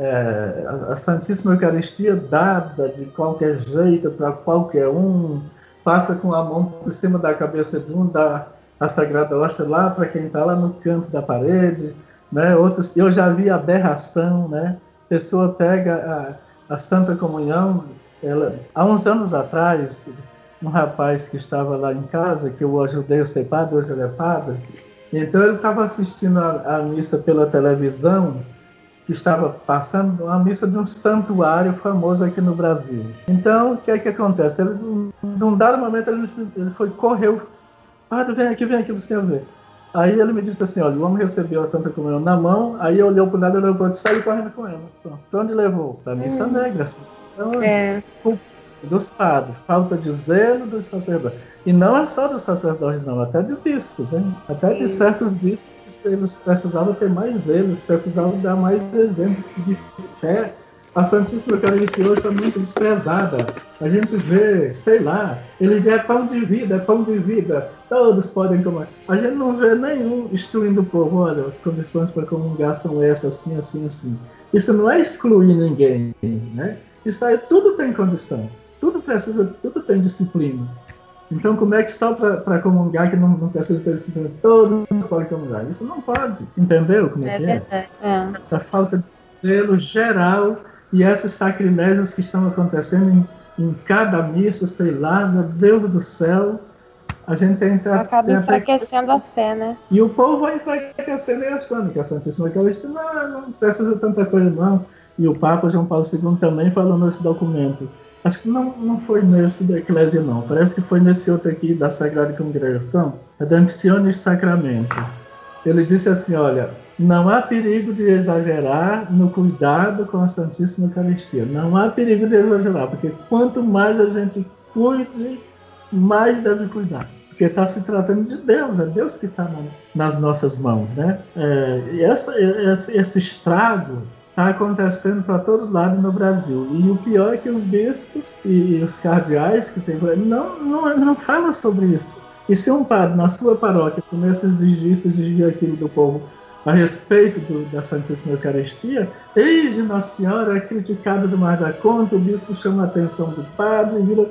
é, a Santíssima Eucaristia dada de qualquer jeito para qualquer um, passa com a mão por cima da cabeça de um, dá a Sagrada Hóstia lá para quem está lá no canto da parede, né? Outros, eu já vi aberração, né? A pessoa pega a, a Santa Comunhão, ela, há uns anos atrás, um rapaz que estava lá em casa, que eu ajudei a ser padre, hoje ele é padre, então ele estava assistindo a, a missa pela televisão, que estava passando uma missa de um santuário famoso aqui no Brasil. Então, o que é que acontece? Ele, num dado momento, ele, ele foi, correu, padre, vem aqui, vem aqui, você ver. Aí ele me disse assim, olha, o homem recebeu a Santa Comunhão na mão, aí olhou para o lado, olhou para o outro, saiu correndo com ela. Pronto. Para onde levou? Para a missa hum. negra. Assim. Então, é. Dos padres, falta de zelo dos sacerdotes. E não é só dos sacerdotes, não, até de bispos, hein? Até de certos bispos, eles precisavam ter mais zelo, eles precisavam dar mais exemplo de fé. A Santíssima Eucaristia hoje está muito desprezada. A gente vê, sei lá, ele diz, é pão de vida, é pão de vida, todos podem comer. A gente não vê nenhum instruindo o povo, olha, as condições para comungar são essas, assim, assim, assim. Isso não é excluir ninguém, né? Isso aí tudo tem condição. Tudo precisa, tudo tem disciplina. Então, como é que só para comungar que não, não precisa ter disciplina? Todos podem comungar. Isso não pode. Entendeu como é, é que é? é? Essa falta de zelo geral e esses sacrilégios que estão acontecendo em, em cada missa, sei lá, meu Deus do céu, a gente tem que... Acaba enfraquecendo a fé, né? E o povo vai enfraquecendo e achando que a Santíssima Eucaristia não, não precisa de tanta coisa, não. E o Papa João Paulo segundo também falou nesse documento. Acho que não, não foi nesse da Eclésia, não. Parece que foi nesse outro aqui da Sagrada Congregação, Redemptionis Sacramento. Ele disse assim, olha, não há perigo de exagerar no cuidado com a Santíssima Eucaristia. Não há perigo de exagerar, porque quanto mais a gente cuide, mais deve cuidar. Porque está se tratando de Deus, é Deus que está na, nas nossas mãos, né? É, e essa, esse, esse estrago está acontecendo para todo lado no Brasil. E o pior é que os bispos e os cardeais que tem não, não, não falam sobre isso. E se um padre na sua paróquia começa a exigir, se exigir aquilo do povo a respeito do, da Santíssima Eucaristia, eis de Nossa Senhora é criticado demais da conta, o bispo chama a atenção do padre, vira...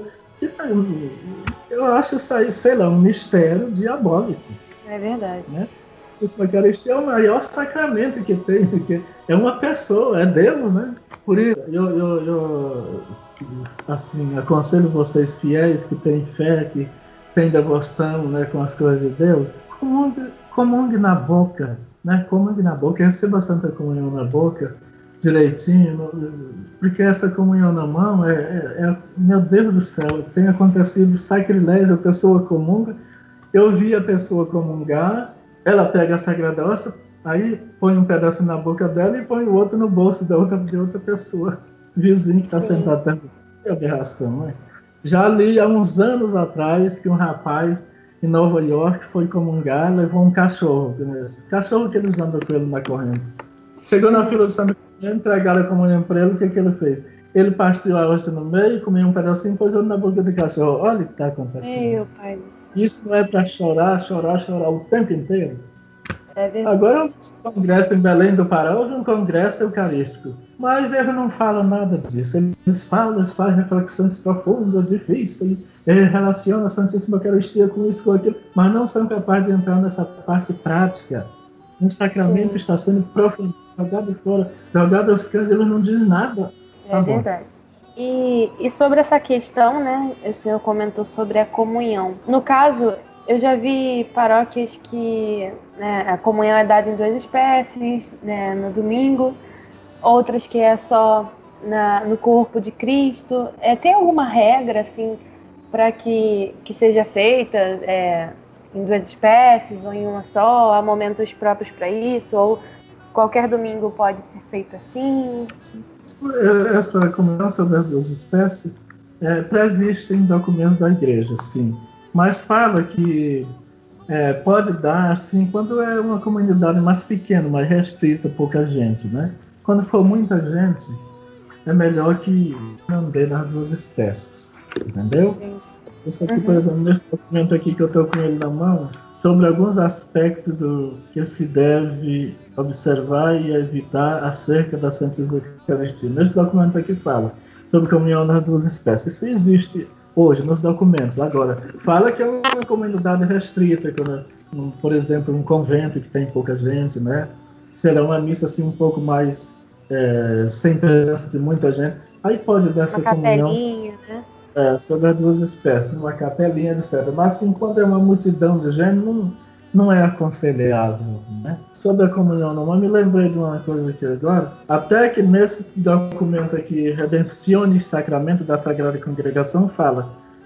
Eu acho isso aí, sei lá, um mistério diabólico. É verdade. Né? A Eucaristia é o maior sacramento que tem, porque é uma pessoa, é Deus, né? Por isso, eu, eu, eu assim, aconselho vocês fiéis que têm fé, que têm devoção, né, com as coisas de Deus, comungue, comungue na boca, né? Comungue na boca, receba a Santa Comunhão na boca, direitinho, porque essa comunhão na mão é, é, é meu Deus do céu, tem acontecido sacrilégio, a pessoa comunga, eu vi a pessoa comungar, ela pega a Sagrada Hóstia, aí põe um pedaço na boca dela e põe o outro no bolso da outra, de outra pessoa, vizinho que está sentado perto. É aberração, né? Já li há uns anos atrás que um rapaz em Nova York foi comungar, levou um cachorro, cachorro que eles andam com ele na corrente. Chegou na fila do Santa Comunhão, entregaram a comunhão para ele, o que, que ele fez? Ele partiu a hóstia no meio, comeu um pedacinho e pôs outro na boca do cachorro. Olha o que está acontecendo. Meu pai. Isso não é para chorar, chorar, chorar o tempo inteiro? É verdade. Agora, um congresso em Belém do Pará, houve um congresso eucarístico, mas eles não falam nada disso. Eles falam, eles fazem reflexões profundas, difíceis, eles relacionam a Santíssima Eucaristia com isso, com aquilo, mas não são capazes de entrar nessa parte prática. O sacramento Sim. está sendo profundamente jogado fora, jogado aos cães, eles não dizem nada. É tá verdade. E, e sobre essa questão, né, o senhor comentou sobre a comunhão. No caso, eu já vi paróquias que, né, a comunhão é dada em duas espécies, né, no domingo, outras que é só na, no corpo de Cristo. É, tem alguma regra, assim, para que, que seja feita é, em duas espécies ou em uma só? Há momentos próprios para isso? Ou qualquer domingo pode ser feito assim? Essa comunhão sobre as duas espécies é prevista em documentos da igreja, sim. Mas fala que é, pode dar, assim, quando é uma comunidade mais pequena, mais restrita, pouca gente, né? Quando for muita gente, é melhor que não dê nas duas espécies, entendeu? Esse aqui, uhum. por exemplo, nesse documento aqui que eu estou com ele na mão, sobre alguns aspectos do que se deve observar e evitar acerca da Santíssima Eucaristia. Nesse documento aqui fala sobre comunhão nas duas espécies. Isso existe hoje nos documentos. Agora, fala que é uma comunidade restrita, como, por exemplo, um convento que tem pouca gente, né? Será uma missa assim um pouco mais é, sem presença de muita gente. Aí pode dessa uma comunhão, capelinha, né? É, sobre as duas espécies, uma capelinha, etcétera. Mas assim, quando é uma multidão de gente, não, não é aconselhável, né? Sobre a comunhão normal, me lembrei de uma coisa aqui agora, até que nesse documento aqui, Redemptionis Sacramento da Sagrada Congregação, fala,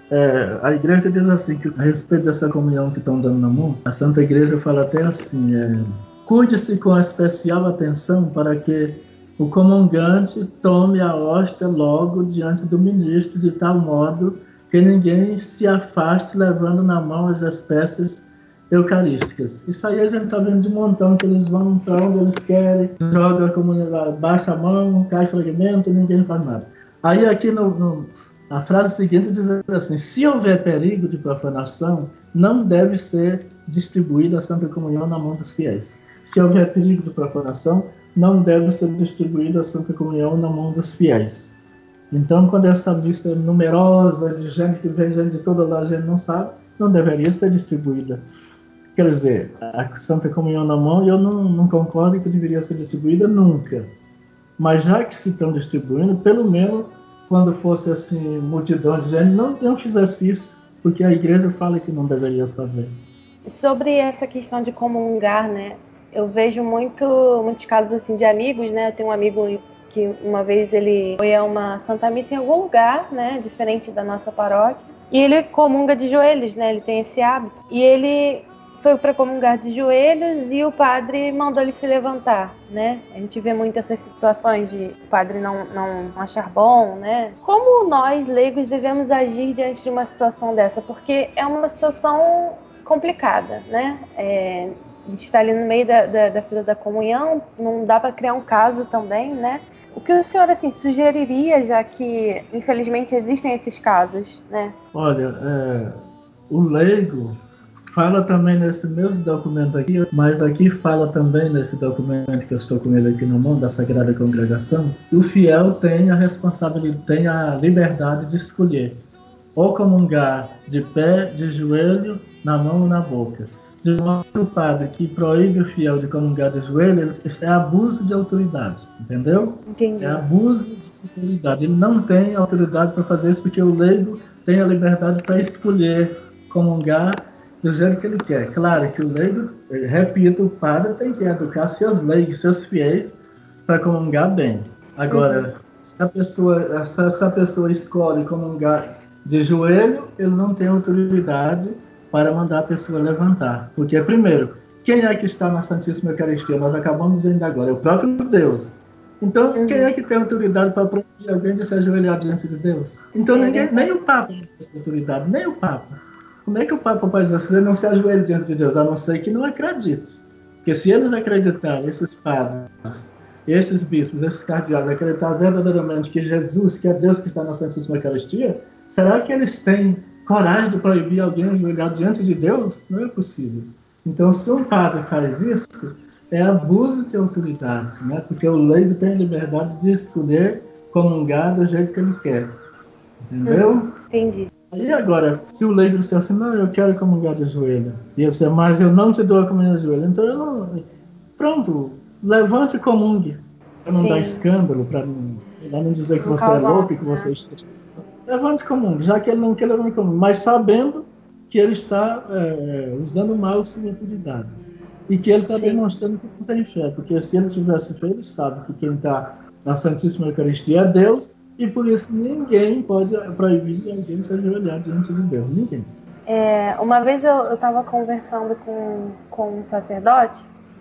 é, a igreja diz assim, que a respeito dessa comunhão que estão dando na mão, a Santa Igreja fala até assim, é, cuide-se com especial atenção para que o comungante tome a hóstia logo diante do ministro, de tal modo que ninguém se afaste levando na mão as espécies eucarísticas. Isso aí a gente está vendo de montão, que eles vão para onde eles querem, joga a comunidade, baixa a mão, cai fragmento, ninguém faz nada. Aí aqui no, no, a frase seguinte diz assim, se houver perigo de profanação, não deve ser distribuída a Santa Comunhão na mão dos fiéis. Se houver perigo de profanação, não deve ser distribuída a Santa Comunhão na mão dos fiéis. Então, quando essa lista numerosa de gente que vem gente de toda lá, a gente não sabe, não deveria ser distribuída. Quer dizer, a Santa Comunhão na mão, eu não, não concordo que deveria ser distribuída nunca. Mas já que se estão distribuindo, pelo menos, quando fosse assim, multidão de gente, não, não fizesse isso, porque a igreja fala que não deveria fazer. Sobre essa questão de comungar, né? Eu vejo muito, muitos casos assim de amigos, né? Eu tenho um amigo que uma vez ele foi a uma Santa Missa em algum lugar, né? Diferente da nossa paróquia. E ele comunga de joelhos, né? Ele tem esse hábito. E ele foi para comungar de joelhos e o padre mandou ele se levantar, né? A gente vê muito essas situações de o padre não, não achar bom, né? Como nós, leigos, devemos agir diante de uma situação dessa? Porque é uma situação complicada, né? É... A gente está ali no meio da, da, da fila da comunhão, não dá para criar um caso também, né? O que o senhor, assim, sugeriria, já que, infelizmente, existem esses casos, né? Olha, é, o leigo fala também nesse mesmo documento aqui, mas aqui fala também nesse documento que eu estou com ele aqui na mão, da Sagrada Congregação, que o fiel tem a responsabilidade, tem a liberdade de escolher ou comungar de pé, de joelho, na mão ou na boca. De modo que o padre que proíbe o fiel de comungar de joelho, isso é abuso de autoridade, entendeu? Entendi. É abuso de autoridade. Ele não tem autoridade para fazer isso porque o leigo tem a liberdade para escolher comungar do jeito que ele quer. Claro que o leigo, repito, o padre tem que educar seus leigos, seus fiéis, para comungar bem. Agora, uhum. se, a pessoa, se, se a pessoa escolhe comungar de joelho, ele não tem autoridade para mandar a pessoa levantar. Porque, primeiro, quem é que está na Santíssima Eucaristia? Nós acabamos dizendo agora, é o próprio Deus. Então, uhum. quem é que tem autoridade para proibir alguém de se ajoelhar diante de Deus? Então, ninguém, nem o Papa tem essa autoridade, nem o Papa. Como é que o Papa pode dizer que ele não se ajoelha diante de Deus? A não ser que não acredite. Porque se eles acreditarem, esses padres, esses bispos, esses cardeais, acreditar verdadeiramente que Jesus, que é Deus que está na Santíssima Eucaristia, será que eles têm coragem de proibir alguém ajoelhar diante de Deus? Não é possível. Então, se um padre faz isso, é abuso de autoridade, né? Porque o leigo tem a liberdade de escolher comungar do jeito que ele quer. Entendeu? Uhum, entendi. E agora, se o leigo disser assim, não, eu quero comungar de joelho, e eu disser, mas eu não te dou a comunhão de joelho, então eu não... Pronto, levante e comungue. Para não Sim. dar escândalo, para não, não dizer que não você é louco e que você está... Levante comum, já que ele não quer levantar comum, mas sabendo que ele está é, usando mal sua autoridade. E que ele está demonstrando que não tem fé, porque se ele tivesse fé, ele sabe que quem está na Santíssima Eucaristia é Deus, e por isso ninguém pode proibir alguém se ajoelhar diante de Deus, ninguém. É, uma vez eu estava conversando com, com um sacerdote,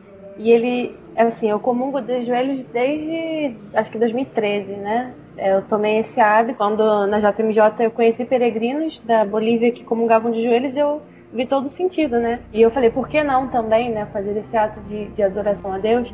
e ele, assim, eu comungo de joelhos desde, acho que dois mil e treze, né? Eu tomei esse hábito quando na J M J eu conheci peregrinos da Bolívia que comungavam de joelhos e eu vi todo o sentido, né? E eu falei, por que não também, né? Fazer esse ato de, de adoração a Deus.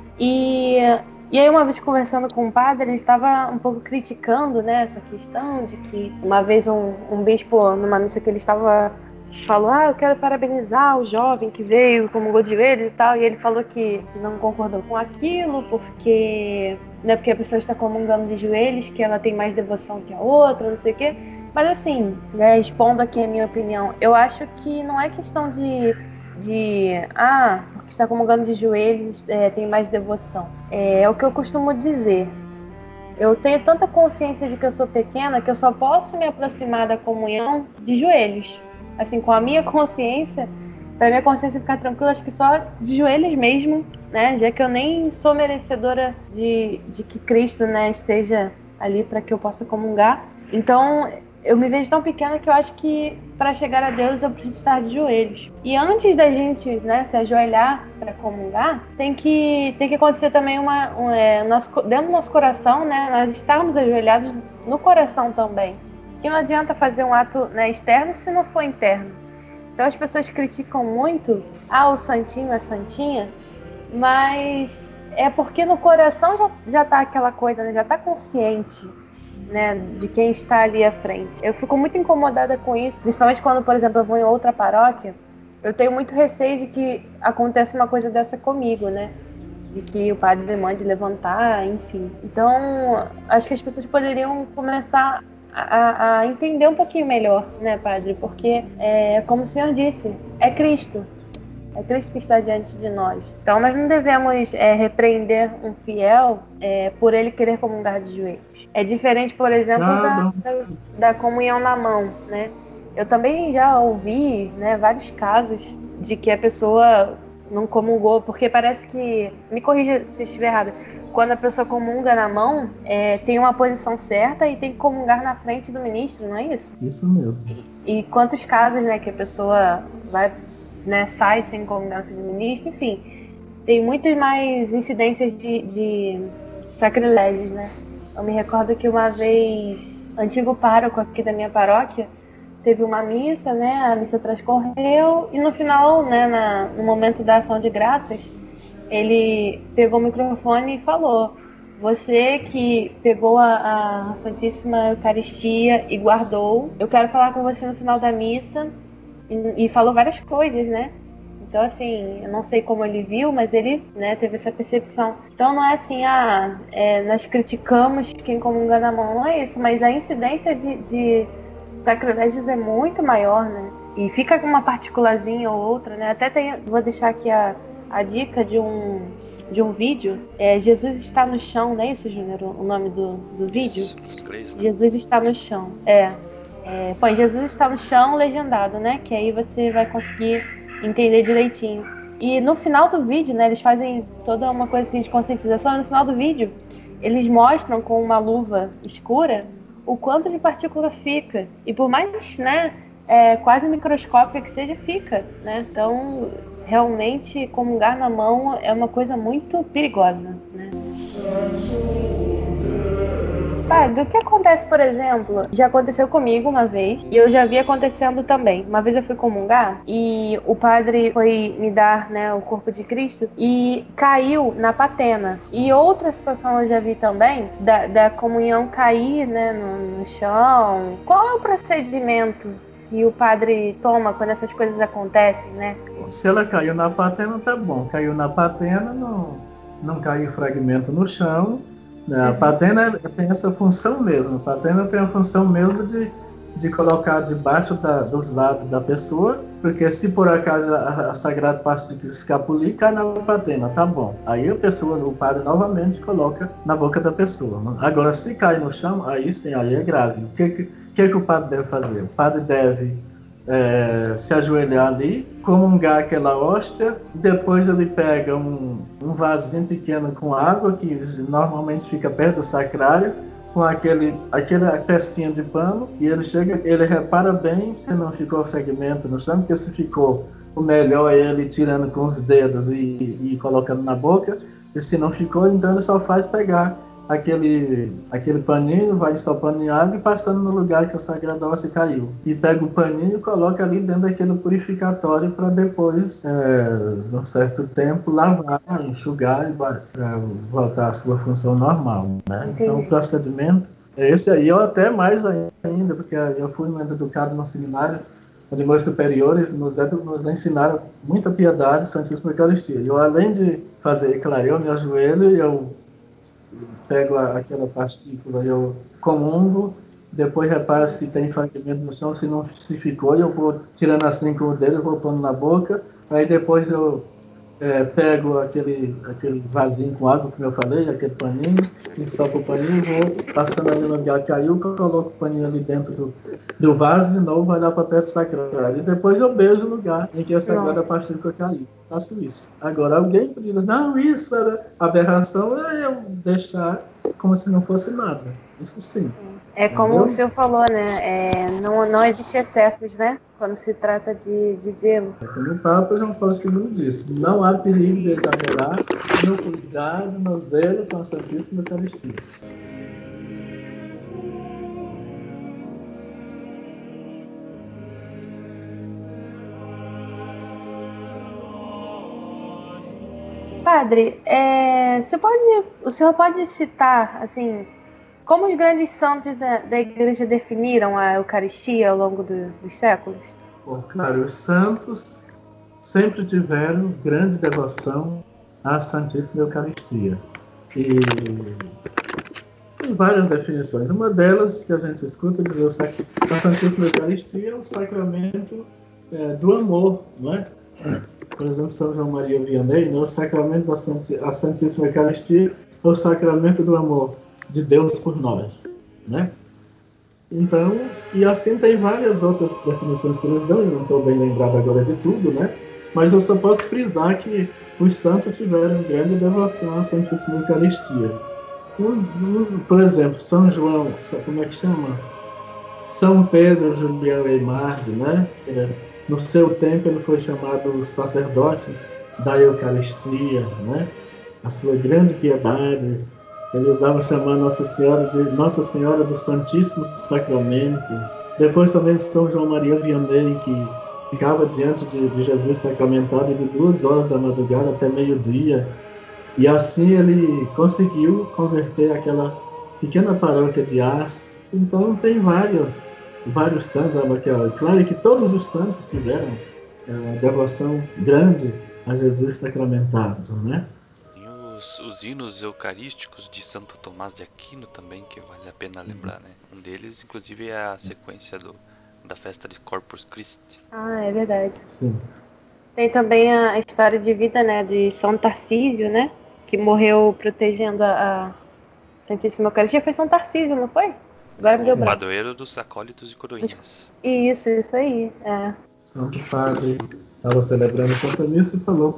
E, e aí uma vez conversando com um padre, ele estava um pouco criticando, né, essa questão de que uma vez um, um bispo, numa missa que ele estava falou, ah, eu quero parabenizar o jovem que veio, comungou de joelhos e tal, e ele falou que não concordou com aquilo, porque não é porque a pessoa está comungando de joelhos que ela tem mais devoção que a outra, não sei o quê. Mas assim, né, expondo aqui a minha opinião, eu acho que não é questão de, de ah, porque está comungando de joelhos é, tem mais devoção. É, é o que eu costumo dizer. Eu tenho tanta consciência de que eu sou pequena que eu só posso me aproximar da comunhão de joelhos. Assim, com a minha consciência, para minha consciência ficar tranquila, acho que só de joelhos mesmo, né? Já que eu nem sou merecedora de, de que Cristo, né, esteja ali para que eu possa comungar. Então, eu me vejo tão pequena que eu acho que para chegar a Deus eu preciso estar de joelhos. E antes da gente, né, se ajoelhar para comungar, tem que, tem que acontecer também uma, um, é, nosso, dentro do nosso coração, né, nós estarmos ajoelhados no coração também. Que não adianta fazer um ato, né, externo se não for interno. Então as pessoas criticam muito, ah, o santinho, a santinha, mas é porque no coração já, já tá aquela coisa, né, já tá consciente, né, de quem está ali à frente. Eu fico muito incomodada com isso, principalmente quando, por exemplo, eu vou em outra paróquia, eu tenho muito receio de que aconteça uma coisa dessa comigo, né, de que o padre mande levantar, enfim. Então, acho que as pessoas poderiam começar a, a entender um pouquinho melhor, né, padre, porque, é, como o senhor disse, é Cristo. É Cristo que está diante de nós. Então, nós não devemos é, repreender um fiel é, por ele querer comungar de joelhos. É diferente, por exemplo, da, da, da comunhão na mão, né? Eu também já ouvi, né, vários casos de que a pessoa não comungou, porque parece que... Me corrija se estiver errado. Quando a pessoa comunga na mão, é, tem uma posição certa e tem que comungar na frente do ministro, não é isso? Isso mesmo. E, e quantos casos, né, que a pessoa vai... Né, sai sem comungar com o ministro, enfim, tem muitas mais incidências de, de sacrilégios, né? Eu me recordo que uma vez, antigo pároco aqui da minha paróquia, teve uma missa, né? A missa transcorreu e no final, né, na, no momento da ação de graças, ele pegou o microfone e falou: você que pegou a, a Santíssima Eucaristia e guardou, eu quero falar com você no final da missa. E, e falou várias coisas, né? Então, assim, eu não sei como ele viu, mas ele, né, teve essa percepção. Então, não é assim, ah, é, nós criticamos quem comunga na mão, não é isso. Mas a incidência de, de sacrilégios é muito maior, né? E fica uma particulazinha ou outra, né? Até tem, vou deixar aqui a, a dica de um, de um vídeo. É, Jesus está no chão, não é isso, Júnior? O nome do, do vídeo? Isso, isso, Jesus está no chão, é. É, põe Jesus está no chão legendado, né? Que aí você vai conseguir entender direitinho. E no final do vídeo, né? Eles fazem toda uma coisa assim de conscientização. E no final do vídeo, eles mostram com uma luva escura o quanto de partícula fica. E por mais, né? É, quase microscópica que seja, fica, né? Então, realmente, comungar na mão é uma coisa muito perigosa, né? Padre, o que acontece, por exemplo, já aconteceu comigo uma vez e eu já vi acontecendo também. Uma vez eu fui comungar e o padre foi me dar, né, o corpo de Cristo e caiu na patena. E outra situação eu já vi também, da, da comunhão cair, né, no, no chão. Qual é o procedimento que o padre toma quando essas coisas acontecem, né? Se ela caiu na patena, tá bom. Caiu na patena, não, não caiu fragmento no chão. A patena tem essa função mesmo. A patena tem a função mesmo de, de colocar debaixo da, dos lados da pessoa, porque se por acaso a, a Sagrada Parte escapulir, cai na patena, tá bom. Aí a pessoa, o padre novamente coloca na boca da pessoa. Agora, se cai no chão, aí sim, aí é grave. O que, que, que, que o padre deve fazer? O padre deve é, se ajoelhar ali, comungar aquela hóstia, depois ele pega um, um vasinho pequeno com água, que normalmente fica perto do sacrário, com aquele, aquela pecinha de pano, e ele chega, ele repara bem se não ficou fragmento no chão, porque se ficou, o melhor é ele tirando com os dedos e, e colocando na boca, e se não ficou, então ele só faz pegar aquele, aquele paninho, vai ensopando em água e passando no lugar que a Sagrada Hóstia caiu. E pega o paninho e coloca ali dentro daquele purificatório para depois, é, um certo tempo, lavar, enxugar e para voltar à sua função normal, né? Então o procedimento é esse aí, ou até mais ainda, porque eu fui muito educado no seminário de níveis superiores, nos, nos ensinaram muita piedade, Santíssima Eucaristia. Eu, além de fazer, claro, eu me ajoelho, eu pego a, aquela partícula, eu comungo, depois reparo se tem fragmento no chão, se não se ficou, eu vou tirando assim com o dedo, eu vou pondo na boca, aí depois eu é, pego aquele, aquele vasinho com água, como eu falei, aquele paninho, ensopo o paninho, vou passando ali no lugar que caiu, coloco o paninho ali dentro do, do vaso, de novo vai lá para perto do sacrário. E depois eu beijo o lugar em que a sagrada partícula caiu. Faço isso. Agora, alguém podia dizer, não, isso era aberração, é eu deixar como se não fosse nada. Isso sim. É como Entendeu? O senhor falou, né? É, não, não existe excessos, né? Quando se trata de, de zelo. É como o Papa João Paulo segundo disse, não há perigo de exagerar no cuidado, no zelo com a Santíssima Eucaristia. Padre, é, você pode, o senhor pode citar, assim, como os grandes santos da, da Igreja definiram a Eucaristia ao longo do, dos séculos? Bom, claro, os santos sempre tiveram grande devoção à Santíssima Eucaristia. E tem várias definições. Uma delas que a gente escuta dizer que a Santíssima Eucaristia é um sacramento é, do amor, não é? Por exemplo, São João Maria Vianney, né? O sacramento da Santi- a Santíssima Eucaristia é o sacramento do amor de Deus por nós, né? Então, e assim tem várias outras definições que eles dão, eu não estou bem lembrado agora de tudo, né? Mas eu só posso frisar que os santos tiveram grande devoção à Santíssima Eucaristia. Um, um, por exemplo, São João, como é que chama? São Pedro Julião Eimarde, né? É, no seu tempo ele foi chamado sacerdote da Eucaristia, né? A sua grande piedade. Ele usava chamar Nossa Senhora de Nossa Senhora do Santíssimo Sacramento. Depois também São João Maria Vianney, que ficava diante de, de Jesus sacramentado de duas horas da madrugada até meio-dia. E assim ele conseguiu converter aquela pequena paróquia de Ars. Então tem várias, vários santos. Claro que todos os santos tiveram uma devoção grande a Jesus sacramentado, né? Os, os hinos eucarísticos de Santo Tomás de Aquino também, que vale a pena lembrar, né? Um deles, inclusive, é a sequência do, da festa de Corpus Christi. Ah, é verdade. Sim. Tem também a história de vida, né, de São Tarcísio, né? Que morreu protegendo a, a Santíssima Eucaristia. Foi São Tarcísio, não foi? Agora me deu branco. Padroeiro dos acólitos e coroinhas. Isso, isso aí. É. Santo Padre estava celebrando o compromisso e falou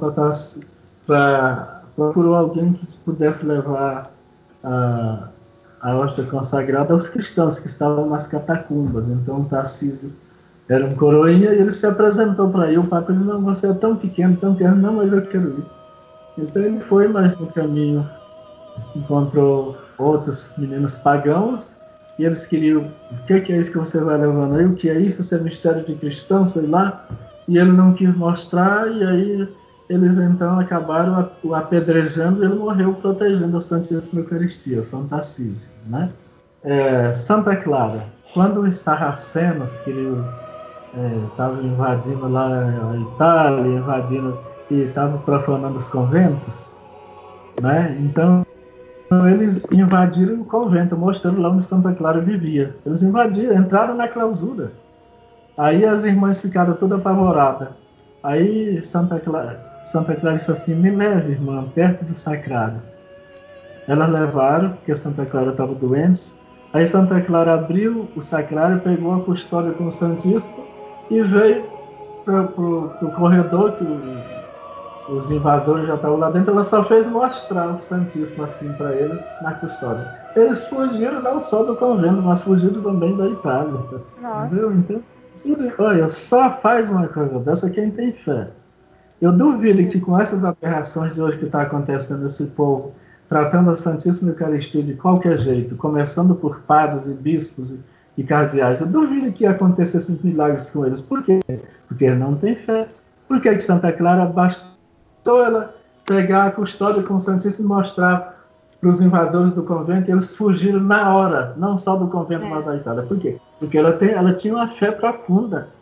para procurou alguém que pudesse levar a, a hóstia consagrada aos cristãos que estavam nas catacumbas. Então Tarcísio era um coroinha e ele se apresentou para ele. O Papa disse, não, você é tão pequeno, tão pequeno, não, mas eu quero ir. Então ele foi, mas no caminho encontrou outros meninos pagãos e eles queriam, o que é isso que você vai levando aí? O que é isso? Isso é mistério de cristão, sei lá. E ele não quis mostrar e aí eles então acabaram o apedrejando e ele morreu protegendo a Santíssima Eucaristia, São Tarcísio, né? É, Santa Clara, quando os sarracenos queriam, estavam é, invadindo lá a Itália, invadindo e estavam profanando os conventos, né? Então eles invadiram o convento, mostrando lá onde Santa Clara vivia. Eles invadiram, entraram na clausura. Aí as irmãs ficaram todas apavoradas. Aí Santa Clara, Santa Clara disse assim, me leve, irmã, perto do sacrário. Elas levaram, porque Santa Clara estava doente. Aí Santa Clara abriu o sacrário, pegou a custódia com o Santíssimo e veio para o corredor, que o, os invasores já estavam lá dentro. Ela só fez mostrar o Santíssimo assim para eles na custódia. Eles fugiram não só do convento, mas fugiram também da Itália. Nossa. Entendeu? Então, olha, só faz uma coisa dessa quem tem fé. Eu duvido que com essas aberrações de hoje que está acontecendo esse povo, tratando a Santíssima Eucaristia de qualquer jeito, começando por padres e bispos e, e cardeais, eu duvido que acontecessem milagres com eles. Por quê? Porque eles não têm fé. Por que que Santa Clara bastou ela pegar a custódia com o Santíssimo e mostrar para os invasores do convento e eles fugiram na hora, não só do convento, é. mas da Itália. Por quê? Porque ela, tem, ela tinha uma fé profunda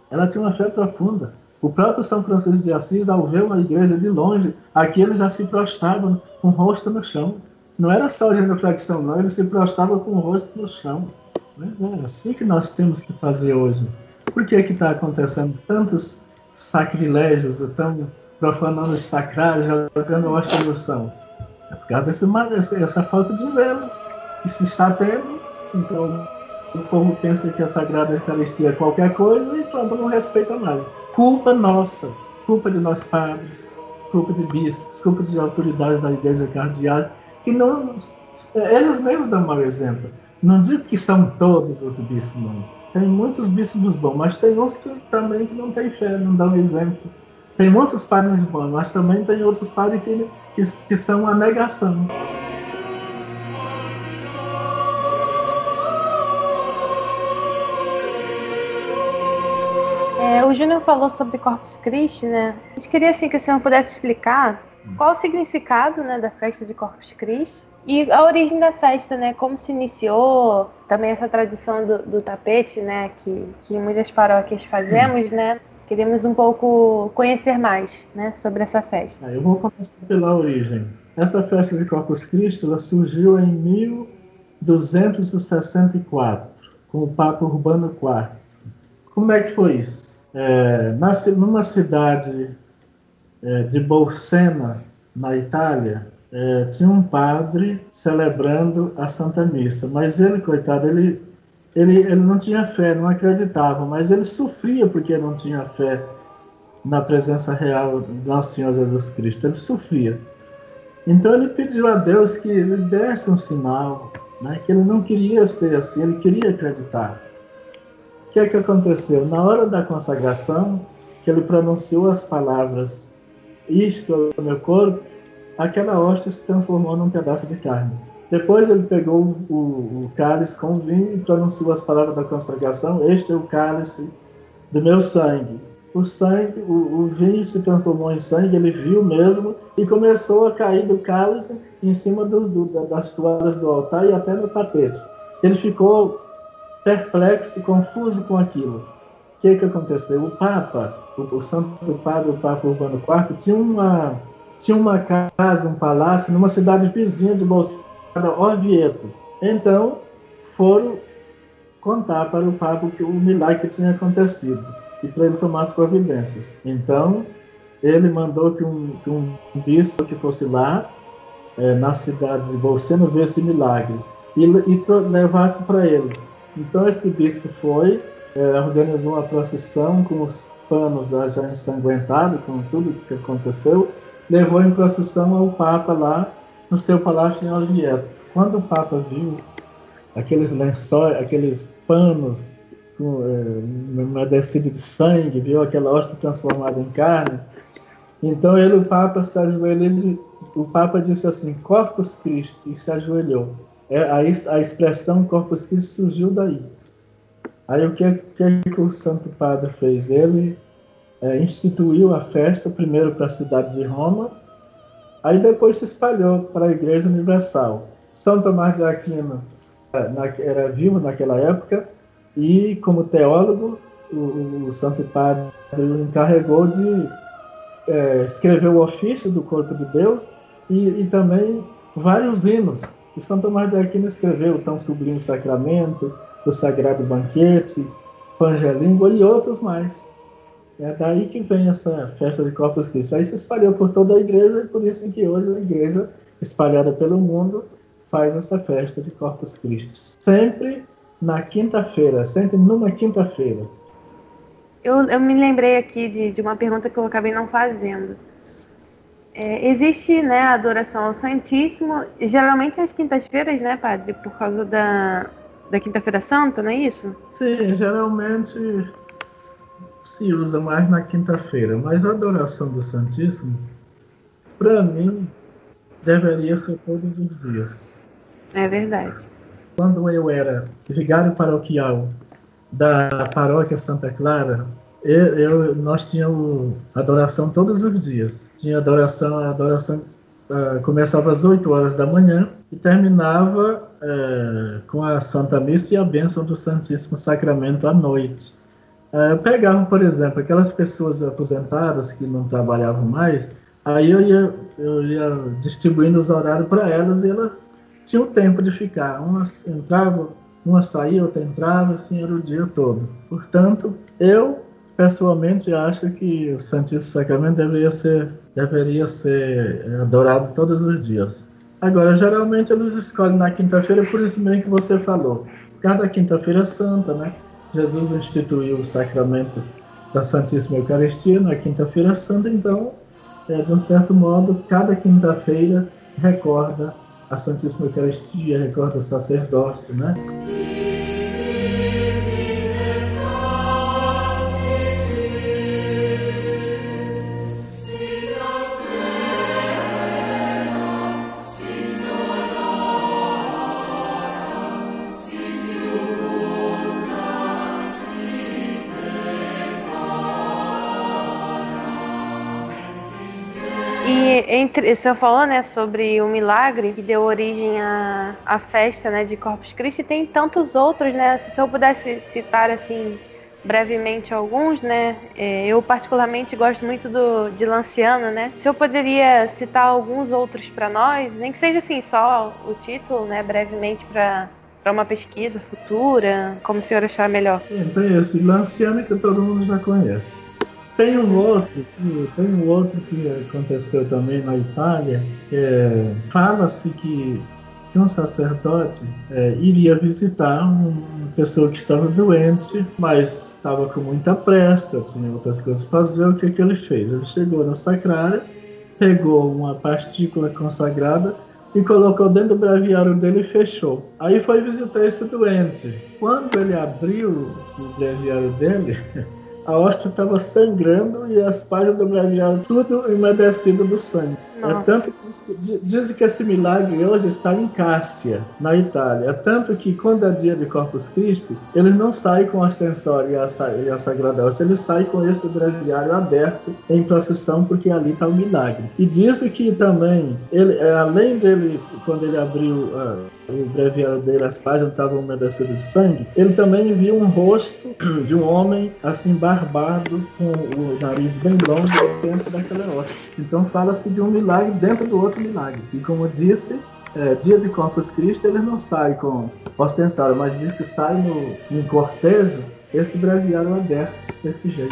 Ela tinha uma fé profunda. O próprio São Francisco de Assis, ao ver uma igreja de longe, aqui ele já se prostrava com o rosto no chão. Não era só genuflexão, não, ele se prostrava com o rosto no chão. Mas é assim que nós temos que fazer hoje. Por que que está acontecendo tantos sacrilégios, estão profanando os sacrários, jogando hóstia no chão? É por causa desse, dessa, dessa falta de zelo que se está tendo. Então, o povo pensa que a Sagrada Eucaristia é qualquer coisa e pronto, não respeita mais. Culpa nossa, culpa de nós padres, culpa de bispos, culpa de autoridades da Igreja Cardeal, que não, eles mesmos dão mau exemplo. Não digo que são todos os bispos, não. Tem muitos bispos bons, mas tem uns que também que não têm fé, não dão exemplo. Tem muitos padres bons, mas também tem outros padres que, que, que são a negação. É, o Júnior falou sobre Corpus Christi, né? A gente queria assim, que o senhor pudesse explicar qual o significado, né, da festa de Corpus Christi e a origem da festa, né? Como se iniciou, também essa tradição do, do tapete, né? Que, que em muitas paróquias fazemos, né? Queremos um pouco conhecer mais, né, sobre essa festa. Eu vou começar pela origem. Essa festa de Corpus Christi ela surgiu em mil duzentos e sessenta e quatro, com o Papa Urbano quarto. Como é que foi isso? É, na, numa cidade é, de Bolsena, na Itália, é, tinha um padre celebrando a Santa Missa, mas ele, coitado, ele, ele, ele não tinha fé, não acreditava, mas ele sofria porque não tinha fé na presença real do nosso Senhor Jesus Cristo, ele sofria. Então ele pediu a Deus que ele desse um sinal, né, que ele não queria ser assim, ele queria acreditar. O que é que aconteceu? Na hora da consagração, que ele pronunciou as palavras, isto é o meu corpo, aquela hóstia se transformou num pedaço de carne. Depois ele pegou o, o cálice com vinho e pronunciou as palavras da consagração, este é o cálice do meu sangue. O sangue, o, o vinho se transformou em sangue, ele viu mesmo e começou a cair do cálice em cima dos, do, das toalhas do altar e até no tapete. Ele ficou perplexo e confuso com aquilo. O que que aconteceu? O Papa, o, o Santo Padre, o Papa Urbano quarto, tinha uma, tinha uma casa, um palácio, numa cidade vizinha de Bolsena, Orvieto. Então, foram contar para o Papa que o milagre que tinha acontecido e para ele tomar as providências. Então, ele mandou que um, que um bispo que fosse lá, é, na cidade de Bolsena, ver esse milagre e, e levasse para ele. Então esse bispo foi, é, organizou uma procissão com os panos já ensanguentados, com tudo que aconteceu, levou em procissão ao Papa lá no seu palácio em Orvieto. Quando o Papa viu aqueles lençóis, aqueles panos com, é, umedecidos de sangue, viu aquela hóstia transformada em carne, então ele, o Papa, se ajoelhou, o Papa disse assim, Corpus Christi, e se ajoelhou. É, a, a expressão Corpus Christi surgiu daí. Aí o que, que, que o Santo Padre fez? Ele é, instituiu a festa primeiro para a cidade de Roma, aí depois se espalhou para a Igreja Universal. São Tomás de Aquino na, era vivo naquela época e, como teólogo, o, o Santo Padre o encarregou de é, escrever o ofício do Corpo de Deus e, e também vários hinos. E São Tomás de Aquino escreveu o Tão Sublime Sacramento, o Sagrado Banquete, Pangelíngua e outros mais. É daí que vem essa festa de Corpus Christi. Aí se espalhou por toda a igreja e por isso que hoje a igreja, espalhada pelo mundo, faz essa festa de Corpus Christi. Sempre na quinta-feira, sempre numa quinta-feira. Eu, eu me lembrei aqui de, de uma pergunta que eu acabei não fazendo. É, existe, né, a adoração ao Santíssimo, geralmente às quintas-feiras, né, padre? Por causa da, da Quinta-feira Santa, não é isso? Sim, geralmente se usa mais na quinta-feira, mas a adoração do Santíssimo, para mim, deveria ser todos os dias. É verdade. Quando eu era vigário paroquial da paróquia Santa Clara, Eu, eu, nós tínhamos adoração todos os dias. Tinha adoração, a adoração uh, começava às oito horas da manhã e terminava uh, com a Santa Missa e a bênção do Santíssimo Sacramento à noite. É, eu pegava, por exemplo, aquelas pessoas aposentadas que não trabalhavam mais, aí eu ia, eu ia distribuindo os horários para elas e elas tinham tempo de ficar. Umas entravam, uma saía, outra entrava, assim era o dia todo. Portanto, eu pessoalmente acho que o Santíssimo Sacramento deveria ser, deveria ser adorado todos os dias. Agora, geralmente eles escolhem na quinta-feira, por isso mesmo que você falou. Cada quinta-feira é santa, né? Jesus instituiu o sacramento da Santíssima Eucaristia na quinta-feira santa, então, é, de um certo modo, cada quinta-feira recorda a Santíssima Eucaristia, recorda o sacerdócio, né? E entre, o senhor falou, né, sobre o milagre que deu origem à, à festa, né, de Corpus Christi, e tem tantos outros, né? Se o senhor pudesse citar, assim, brevemente alguns, né? Eu particularmente gosto muito do, de Lanciano, né? Se eu poderia citar alguns outros para nós, nem que seja assim, só o título, né, brevemente para para uma pesquisa futura, como o senhor achar melhor. Então esse Lanciano que todo mundo já conhece. Tem um outro, tem um outro que aconteceu também na Itália. É, fala-se que, que um sacerdote é, iria visitar uma pessoa que estava doente, mas estava com muita pressa, tinha outras coisas para fazer. O que, que ele fez? Ele chegou na sacrária, pegou uma partícula consagrada e colocou dentro do breviário dele e fechou. Aí foi visitar esse doente. Quando ele abriu o breviário dele, a hóstia estava sangrando e as páginas do breviário tudo umedecido do sangue. Nossa. É tanto que dizem que esse milagre hoje está em Cássia, na Itália. É tanto que quando é dia de Corpus Christi, eles não saem com o ostensório e a, e a Sagrada Hóstia, eles saem com esse breviário aberto em procissão, porque ali está o milagre. E dizem que também, ele, além dele, quando ele abriu uh, o breviário dele, as páginas estavam umedecidas de sangue, ele também viu um rosto de um homem assim barbado, com o nariz bem longo dentro daquela hóstia. Então fala-se de um milagre dentro do outro milagre. E como disse, é, dia de Corpus Christi eles não saem com ostensório, mas diz que sai no, em cortejo esse breviário aberto desse jeito.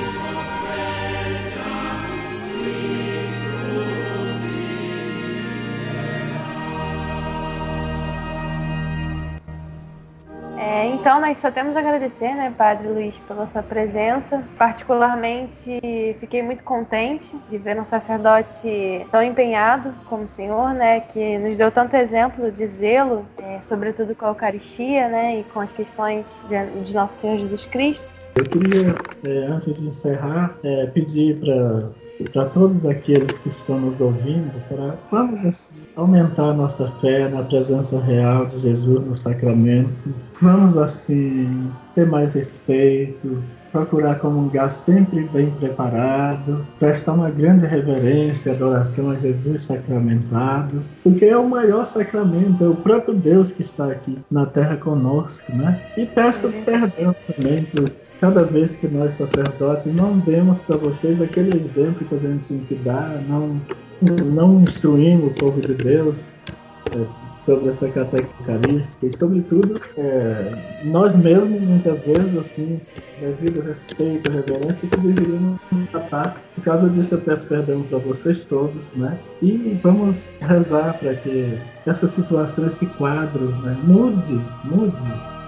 É, então, nós só temos a agradecer, né, Padre Luiz, pela sua presença. Particularmente, fiquei muito contente de ver um sacerdote tão empenhado como o senhor, né, que nos deu tanto exemplo de zelo, é, sobretudo com a Eucaristia, né, e com as questões de, de Nosso Senhor Jesus Cristo. Eu queria, é, antes de encerrar, é, pedir para para todos aqueles que estão nos ouvindo, para vamos assim, aumentar a nossa fé na presença real de Jesus no sacramento. Vamos assim ter mais respeito, procurar comungar sempre bem preparado, prestar uma grande reverência e adoração a Jesus sacramentado, porque é o maior sacramento, é o próprio Deus que está aqui na terra conosco, né? E peço perdão também por cada vez que nós sacerdotes não demos para vocês aquele exemplo que a gente tinha que dar, não, não instruímos o povo de Deus é, sobre essa catequese eucarística e, sobretudo, é, nós mesmos, muitas vezes, assim, devido ao respeito, à reverência, que deveríamos tratar. Por causa disso, eu peço perdão para vocês todos, né? E vamos rezar para que essa situação, esse quadro, né, mude, mude.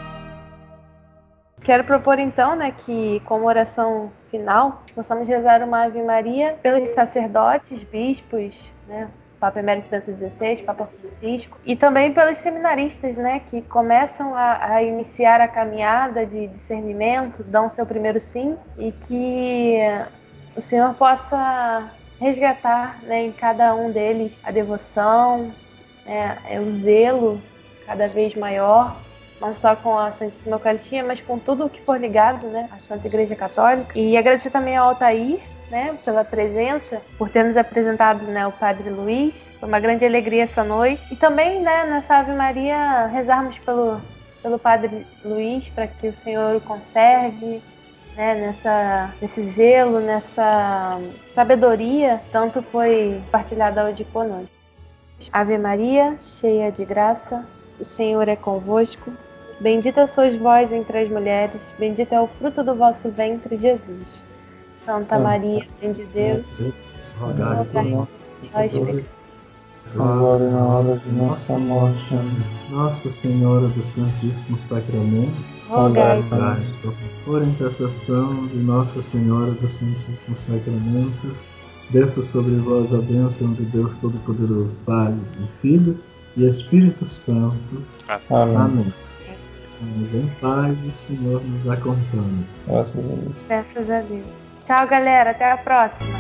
Quero propor então, né, que como oração final, possamos rezar uma Ave Maria pelos sacerdotes, bispos, né, Papa Emérito Bento dezesseis, Papa Francisco, e também pelos seminaristas, né, que começam a, a iniciar a caminhada de discernimento, dão seu primeiro sim, e que o Senhor possa resgatar, né, em cada um deles a devoção, né, o zelo cada vez maior, não só com a Santíssima Eucaristia, mas com tudo o que for ligado, né, à Santa Igreja Católica. E agradecer também ao Altair, né, pela presença, por ter nos apresentado, né, o Padre Luiz. Foi uma grande alegria essa noite. E também, né, nessa Ave Maria, rezarmos pelo, pelo Padre Luiz, para que o Senhor o conserve, né, nessa, nesse zelo, nessa sabedoria, tanto foi partilhada hoje conosco. Ave Maria, cheia de graça, o Senhor é convosco. Bendita sois vós entre as mulheres, bendito é o fruto do vosso ventre, Jesus. Santa Maria, Mãe de Deus, rogai por nós, nós pecadores, agora e na hora de nossa morte. Amém. Nossa Senhora do Santíssimo Sacramento, rogai por rogai por intercessão de Nossa Senhora do Santíssimo Sacramento, desça sobre vós a bênção de Deus Todo-Poderoso, Pai e Filho e Espírito Santo. Amém. Amém. Vamos em paz e o Senhor nos acompanha. Graças a Deus. Graças a Deus. Tchau, galera. Até a próxima.